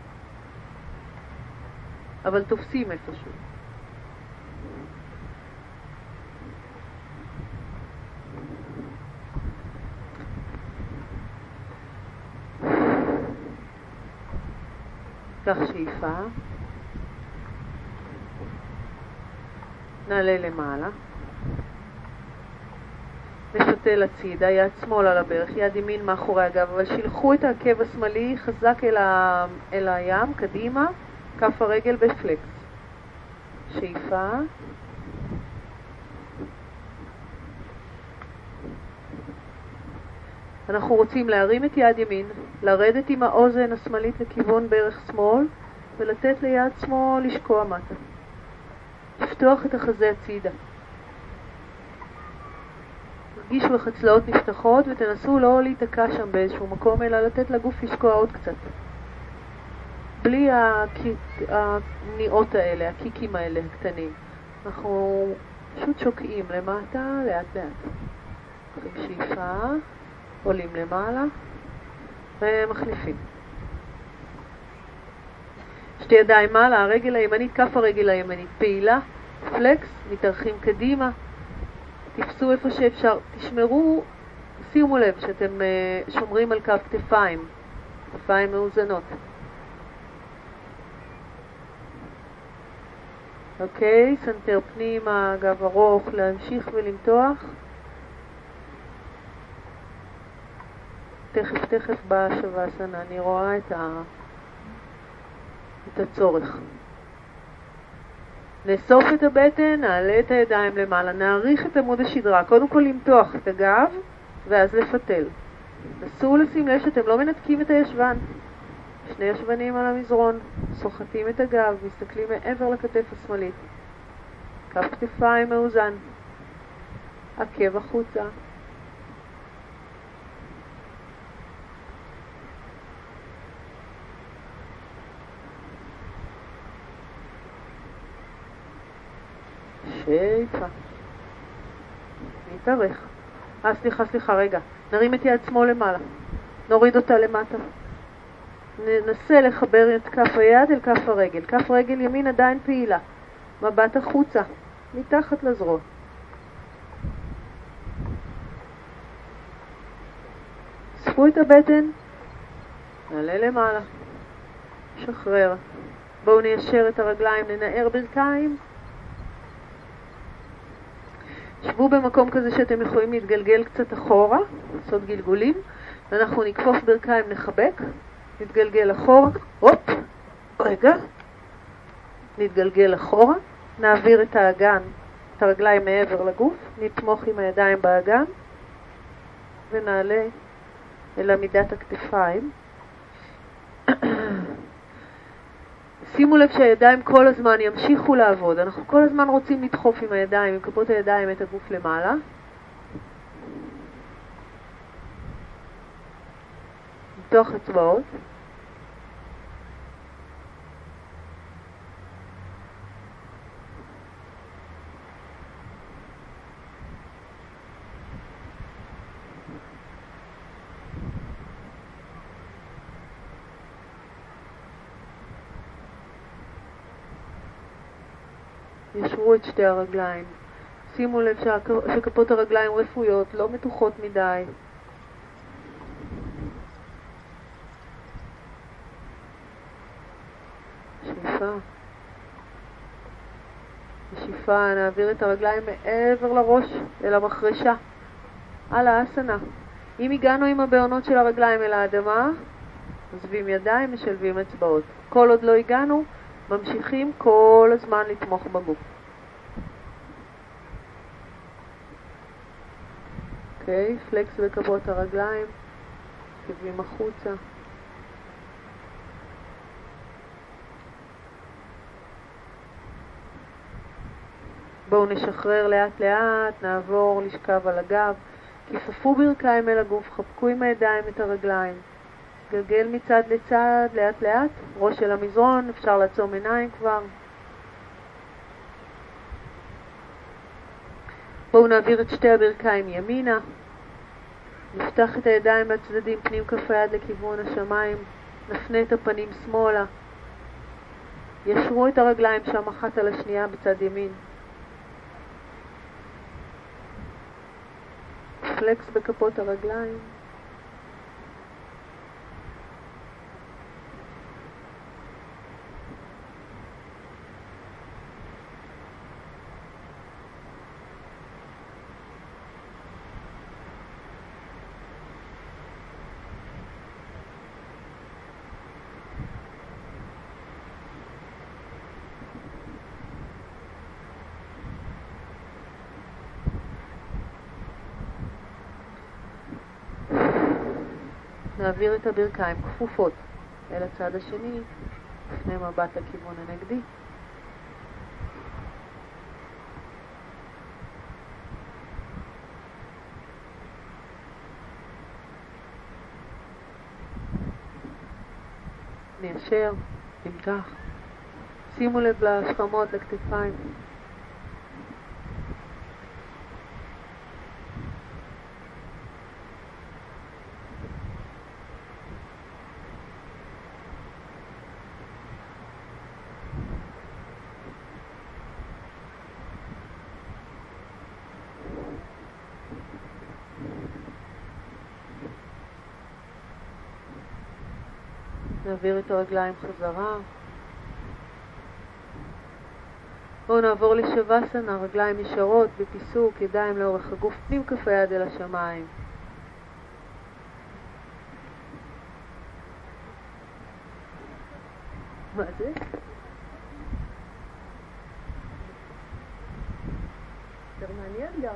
אבל תופסים איפשהו. קח שאיפה, נעלה למעלה, נשתל הצידה, יד שמאל על הברך, יד ימין מאחורי הגב, אבל שילחו את העקב השמאלי חזק אל הים, קדימה, כף הרגל בפלקס. שאיפה, אנחנו רוצים להרים את יד ימין, לרדת עם האוזן השמאלית לכיוון ברך שמאל, ולתת ליד שמאל לשקוע מטה. לפתוח את החזה הצידה. תרגישו איך הצלעות נפתחות ותנסו לא להיתקע שם באיזשהו מקום, אלא לתת לגוף לשקוע עוד קצת. בלי הניעות האלה, הקיקים האלה הקטנים. אנחנו פשוט שוקעים למטה, לאט לאט. עם שאיפה, עולים למעלה ומחליפים. שתי ידיים מעלה, הרגל הימנית, כף הרגל הימנית פעילה, פלקס, מתארחים קדימה, תפסו איפה שאפשר, תשמרו, שימו לב שאתם שומרים על קו כתפיים, כתפיים מאוזנות. אוקיי, סנטר פנימה, גב ארוך, להמשיך ולמתוח. תכף בשבאסנה, אני רואה את הצורך. נאסוף את הבטן, נעלה את הידיים למעלה, נעריך את עמוד השדרה, קודם כל למתוח את הגב ואז לפתל. נסו לשים לב שאתם לא מנתקים את הישבן. שני ישבנים על המזרון, סוחטים את הגב, מסתכלים מעבר לכתף השמאלית. כף כתפיים מאוזן, עקב החוצה. שאיפה. נתארך. סליחה, רגע. נרים את יד שמאל למעלה. נוריד אותה למטה. ננסה לחבר את כף היד אל כף הרגל. כף רגל ימין עדיין פעילה. מבט החוצה. מתחת לזרוע. שפו את הבטן, נעלה למעלה, שחרר. בואו ניישר את הרגליים, ננער ברכיים. שבו במקום כזה שאתם יכולים להתגלגל קצת אחורה, לעשות גלגולים. ואנחנו נכפוף ברכיים, נחבק, נתגלגל אחורה, הופ, רגע, נתגלגל אחורה, נעביר את האגן, את הרגליים מעבר לגוף, נתמוך עם הידיים באגן, ונעלה אל עמידת הכתפיים. שימו לב שהידיים כל הזמן ימשיכו לעבוד. אנחנו כל הזמן רוצים לדחוף עם הידיים, עם כפות הידיים את הגוף למעלה. מתוך אצבעות. ישרו את שתי הרגליים. שימו לב שכפות הרגליים רפויות, לא מתוחות מדי. שאיפה. בשאיפה נעביר את הרגליים מעבר לראש אל המחרשה. על האסנה. אם הגענו עם הבעונות של הרגליים אל האדמה, עזבים ידיים, משלבים אצבעות. כל עוד לא הגענו, ממשיכים כל הזמן לתמוך בגוף. אוקיי, פלקס בכפות הרגליים, כיבים החוצה. בואו נשחרר לאט לאט, נעבור לשכב על הגב. כיפפו ברכיים אל הגוף, חבקו עם הידיים את הרגליים. גלגל מצד לצד, לאט לאט, ראש של המזרון, אפשר לעצום עיניים כבר. בואו נעביר את שתי הברכיים ימינה. נפתח את הידיים מהצדדים, פנים כף היד לכיוון השמיים. נפנה את הפנים שמאלה. ישרו את הרגליים שם אחת על השנייה בצד ימין. פלקס בכפות הרגליים. נעביר את הברכיים כפופות אל הצד השני, לפני מבט לכיוון הנגדי. ניישר, נמתח. שימו לב לשכמות, לכתפיים. נעביר את הרגליים חזרה. בואו נעבור לשווסנה, רגליים ישרות בפיסוק, ידיים לאורך הגוף, פנים כף היד אל השמיים. מה זה? יותר מעניין גם.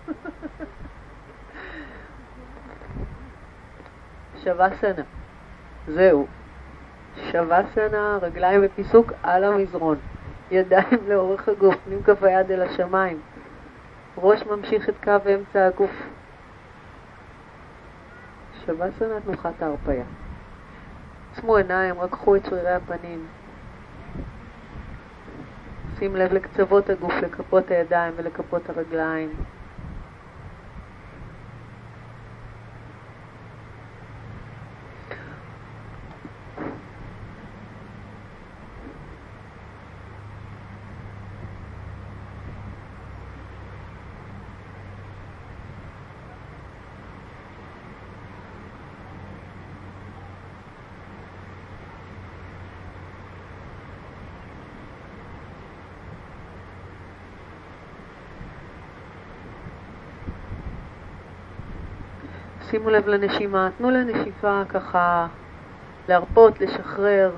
שווסנה. זהו. שווסנה, רגליים בפיסוק על המזרון. ידיים לאורך הגוף, פנים כף היד אל השמיים. ראש ממשיך את קו אמצע הגוף. שווסנה, תנוחת ההרפיה. עצמו עיניים, רקחו את שרירי הפנים. שים לב לקצוות הגוף, לכפות הידיים ולכפות הרגליים. שימו לב לנשימה, תנו לנשיפה ככה להרפות, לשחרר.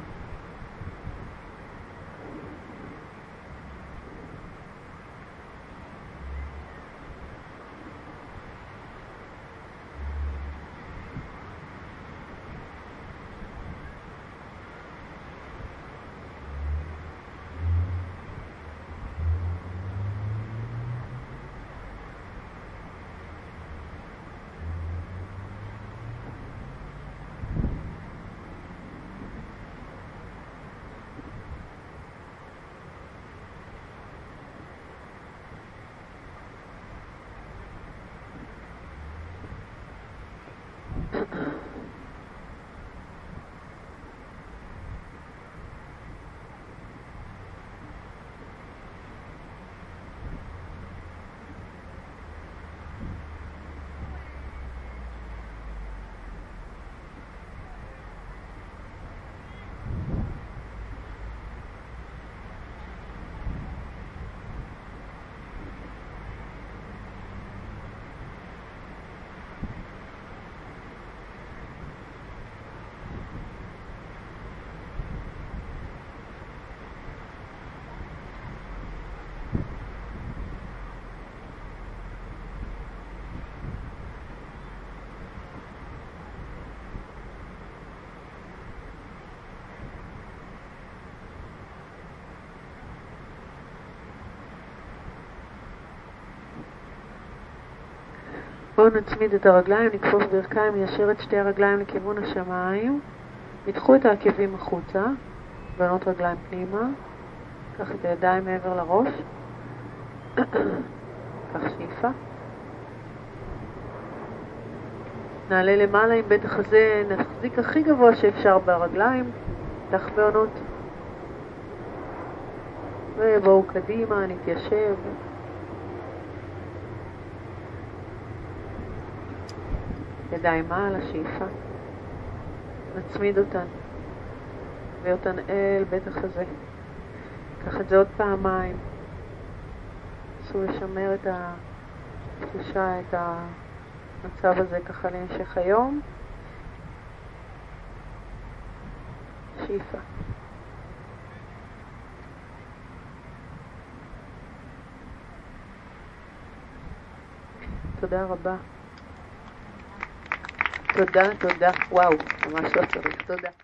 בואו נצמיד את הרגליים, נקפוץ ברכיים, ניישר את שתי הרגליים לכיוון השמיים, נדחו את העקבים החוצה, בנות רגליים פנימה, קח את הידיים מעבר לראש, קח שאיפה, נעלה למעלה עם בית החזה, נחזיק הכי גבוה שאפשר ברגליים, נתח בעונות, ובואו קדימה, נתיישב, ידיים מעל השאיפה, נצמיד אותן, ואותן אל בית החזה. קח את זה עוד פעמיים. נסו לשמר את התחושה, את המצב הזה ככה להמשך היום. שאיפה. תודה רבה. תודה, תודה. וואו, ממש לא צריך. תודה.